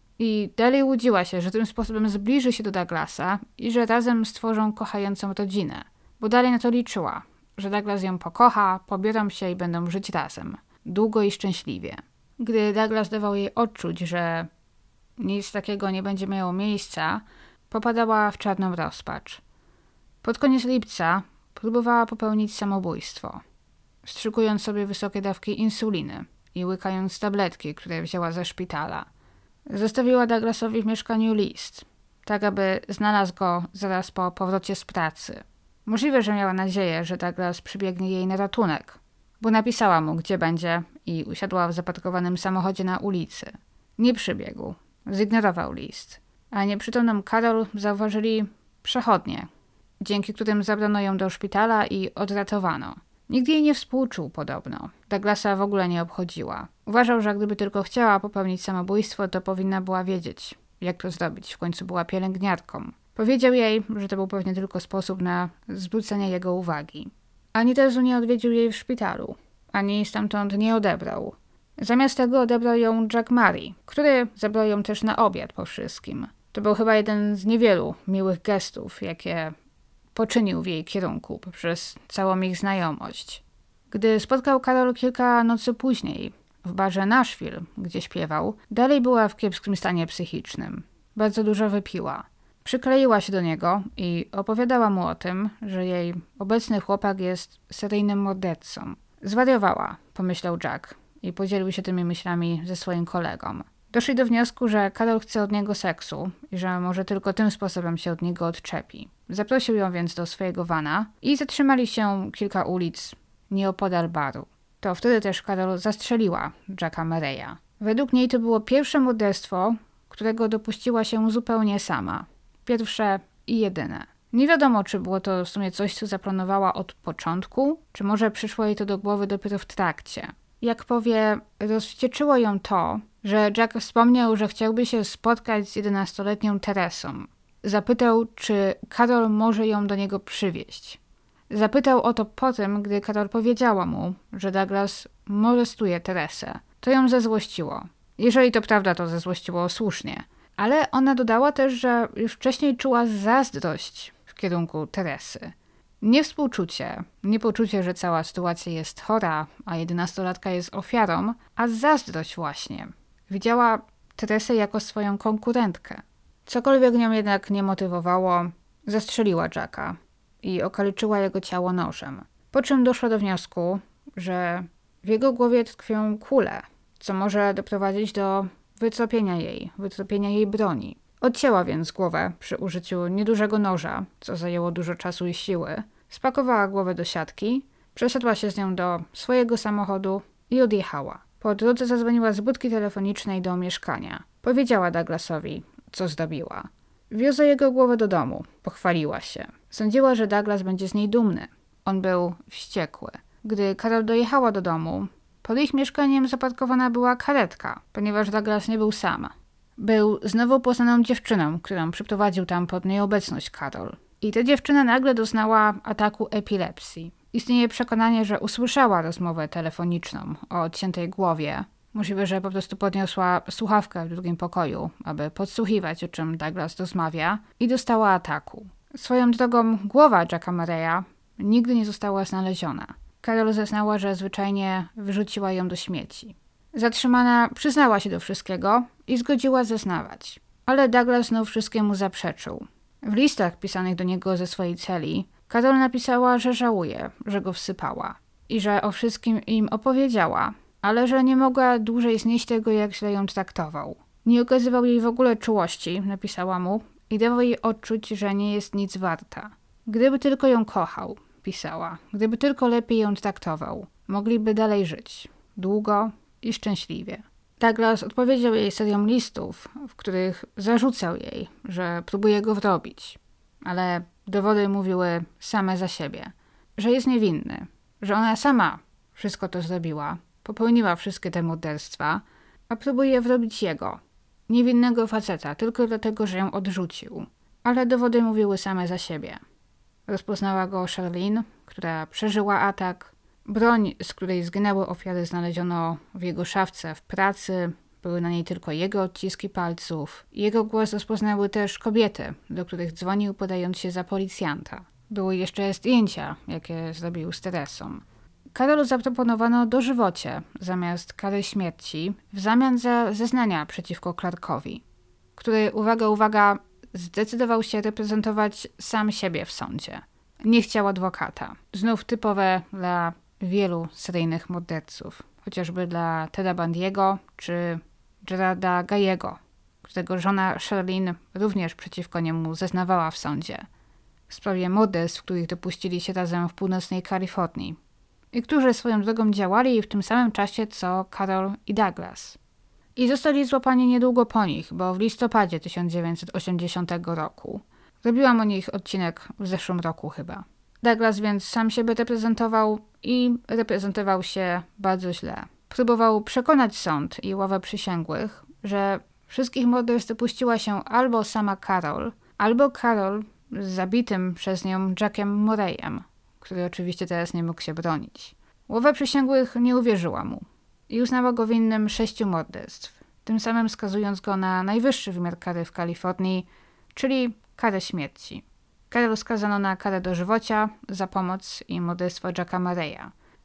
i dalej łudziła się, że tym sposobem zbliży się do Douglasa i że razem stworzą kochającą rodzinę, bo dalej na to liczyła, że Douglas ją pokocha, pobiorą się i będą żyć razem, długo i szczęśliwie. Gdy Douglas dawał jej odczuć, że nic takiego nie będzie miało miejsca, popadała w czarną rozpacz. Pod koniec lipca próbowała popełnić samobójstwo, wstrzykując sobie wysokie dawki insuliny i łykając tabletki, które wzięła ze szpitala. Zostawiła Douglasowi w mieszkaniu list, tak aby znalazł go zaraz po powrocie z pracy. Możliwe, że miała nadzieję, że Douglas przybiegnie jej na ratunek, bo napisała mu, gdzie będzie i usiadła w zaparkowanym samochodzie na ulicy. Nie przybiegł, zignorował list, a nieprzytomną Carol zauważyli przechodnie, dzięki którym zabrano ją do szpitala i odratowano. Nikt jej nie współczuł podobno. Douglasa w ogóle nie obchodziła. Uważał, że gdyby tylko chciała popełnić samobójstwo, to powinna była wiedzieć, jak to zrobić. W końcu była pielęgniarką. Powiedział jej, że to był pewnie tylko sposób na zwrócenie jego uwagi. Ani razu nie odwiedził jej w szpitalu, ani stamtąd nie odebrał. Zamiast tego odebrał ją Jack Murray, który zabrał ją też na obiad po wszystkim. To był chyba jeden z niewielu miłych gestów, jakie poczynił w jej kierunku poprzez całą ich znajomość. Gdy spotkał Karol kilka nocy później w barze Nashville, gdzie śpiewał, dalej była w kiepskim stanie psychicznym. Bardzo dużo wypiła. Przykleiła się do niego i opowiadała mu o tym, że jej obecny chłopak jest seryjnym mordercą. Zwariowała, pomyślał Jack i podzielił się tymi myślami ze swoim kolegą. Doszli do wniosku, że Karol chce od niego seksu i że może tylko tym sposobem się od niego odczepi. Zaprosił ją więc do swojego vana i zatrzymali się kilka ulic nieopodal baru. To wtedy też Karol zastrzeliła Jacka Mareya. Według niej to było pierwsze morderstwo, którego dopuściła się zupełnie sama. Pierwsze i jedyne. Nie wiadomo, czy było to w sumie coś, co zaplanowała od początku, czy może przyszło jej to do głowy dopiero w trakcie. Jak powie, rozwścieczyło ją to, że Jack wspomniał, że chciałby się spotkać z jedenastoletnią Teresą. Zapytał, czy Karol może ją do niego przywieźć. Zapytał o to po tym, gdy Karol powiedziała mu, że Douglas molestuje Teresę. To ją zezłościło. Jeżeli to prawda, to zezłościło słusznie. Ale ona dodała też, że już wcześniej czuła zazdrość w kierunku Teresy. Nie współczucie, nie poczucie, że cała sytuacja jest chora, a jedenastolatka jest ofiarą, a zazdrość właśnie. Widziała Teresę jako swoją konkurentkę. Cokolwiek nią jednak nie motywowało, zastrzeliła Jacka i okaleczyła jego ciało nożem. Po czym doszła do wniosku, że w jego głowie tkwią kule, co może doprowadzić do wytropienia jej, wytropienia jej broni. Odcięła więc głowę przy użyciu niedużego noża, co zajęło dużo czasu i siły. Spakowała głowę do siatki, przesiadła się z nią do swojego samochodu i odjechała. Po drodze zadzwoniła z budki telefonicznej do mieszkania. Powiedziała Douglasowi, co zrobiła. Wiozę jego głowę do domu. Pochwaliła się. Sądziła, że Douglas będzie z niej dumny. On był wściekły. Gdy Karol dojechała do domu, pod ich mieszkaniem zaparkowana była karetka, ponieważ Douglas nie był sam. Był znowu poznaną dziewczyną, którą przyprowadził tam pod nieobecność Karol. I ta dziewczyna nagle doznała ataku epilepsji. Istnieje przekonanie, że usłyszała rozmowę telefoniczną o odciętej głowie. Możliwe, że po prostu podniosła słuchawkę w drugim pokoju, aby podsłuchiwać, o czym Douglas rozmawia, i dostała ataku. Swoją drogą głowa Jacka Mareya nigdy nie została znaleziona. Karol zeznała, że zwyczajnie wyrzuciła ją do śmieci. Zatrzymana przyznała się do wszystkiego i zgodziła zeznawać. Ale Douglas znów wszystkiemu zaprzeczył. W listach pisanych do niego ze swojej celi Karol napisała, że żałuje, że go wsypała i że o wszystkim im opowiedziała, ale że nie mogła dłużej znieść tego, jak źle ją traktował. Nie okazywał jej w ogóle czułości, napisała mu, i dawał jej odczuć, że nie jest nic warta. Gdyby tylko ją kochał, pisała, gdyby tylko lepiej ją traktował, mogliby dalej żyć. Długo i szczęśliwie. Douglas odpowiedział jej serią listów, w których zarzucał jej, że próbuje go wrobić. Ale dowody mówiły same za siebie, że jest niewinny, że ona sama wszystko to zrobiła, popełniła wszystkie te morderstwa, a próbuje wrobić jego, niewinnego faceta, tylko dlatego, że ją odrzucił. Ale dowody mówiły same za siebie. Rozpoznała go Charlene, która przeżyła atak. Broń, z której zginęły ofiary, znaleziono w jego szafce w pracy. Były na niej tylko jego odciski palców. Jego głos rozpoznały też kobiety, do których dzwonił, podając się za policjanta. Były jeszcze zdjęcia, jakie zrobił z Teresą. Karolu zaproponowano dożywocie zamiast kary śmierci w zamian za zeznania przeciwko Clarkowi, który, uwaga, uwaga, zdecydował się reprezentować sam siebie w sądzie. Nie chciał adwokata. Znów typowe dla wielu seryjnych morderców, chociażby dla Teda Bundy'ego czy Gerarda Gayego, którego żona Charlene również przeciwko niemu zeznawała w sądzie w sprawie morderstw, których dopuścili się razem w północnej Kalifornii i którzy swoją drogą działali w tym samym czasie co Karol i Douglas. I zostali złapani niedługo po nich, bo w listopadzie tysiąc dziewięćset osiemdziesiątego roku. Robiłam o nich odcinek w zeszłym roku chyba. Douglas więc sam siebie reprezentował i reprezentował się bardzo źle. Próbował przekonać sąd i ławę przysięgłych, że wszystkich morderstw dopuściła się albo sama Karol, albo Karol z zabitym przez nią Jackiem Mareyem, który oczywiście teraz nie mógł się bronić. Ława przysięgłych nie uwierzyła mu i uznała go winnym sześciu morderstw, tym samym skazując go na najwyższy wymiar kary w Kalifornii, czyli karę śmierci. Karol skazano na karę dożywocia za pomoc i morderstwo Jacka Mareya.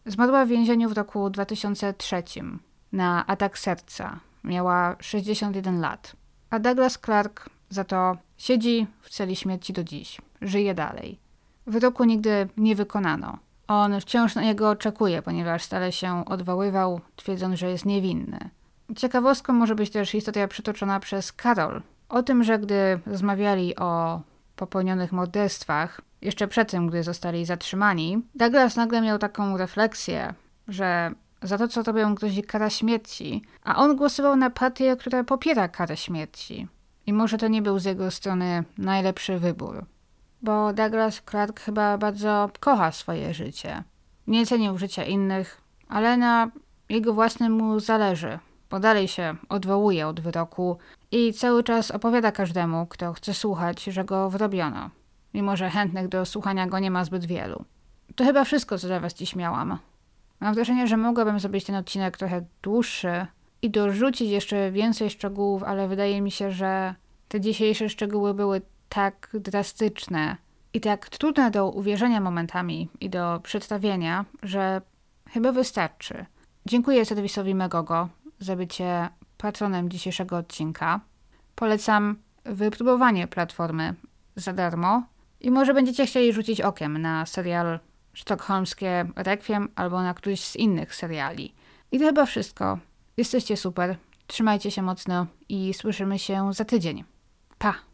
Zmarła w więzieniu w roku dwa tysiące trzecim na atak serca. Miała sześćdziesiąt jeden lat. A Douglas Clark za to siedzi w celi śmierci do dziś. Żyje dalej. Wyroku nigdy nie wykonano. On wciąż na niego oczekuje, ponieważ stale się odwoływał, twierdząc, że jest niewinny. Ciekawostką może być też historia przytoczona przez Carol. O tym, że gdy rozmawiali o popełnionych morderstwach, jeszcze przed tym, gdy zostali zatrzymani, Douglas nagle miał taką refleksję, że za to, co robią, grozi kara śmierci, a on głosował na partię, która popiera karę śmierci. I może to nie był z jego strony najlepszy wybór. Bo Douglas Clark chyba bardzo kocha swoje życie. Nie cenił życia innych, ale na jego własnym mu zależy, bo dalej się odwołuje od wyroku i cały czas opowiada każdemu, kto chce słuchać, że go wrobiono, mimo że chętnych do słuchania go nie ma zbyt wielu. To chyba wszystko, co dla was dziś miałam. Mam wrażenie, że mogłabym zrobić ten odcinek trochę dłuższy i dorzucić jeszcze więcej szczegółów, ale wydaje mi się, że te dzisiejsze szczegóły były tak drastyczne i tak trudne do uwierzenia momentami i do przedstawienia, że chyba wystarczy. Dziękuję serwisowi Megogo za bycie patronem dzisiejszego odcinka. Polecam wypróbowanie platformy za darmo i może będziecie chcieli rzucić okiem na serial Sztokholmskie Requiem albo na któryś z innych seriali. I to chyba wszystko. Jesteście super, trzymajcie się mocno i słyszymy się za tydzień. Pa!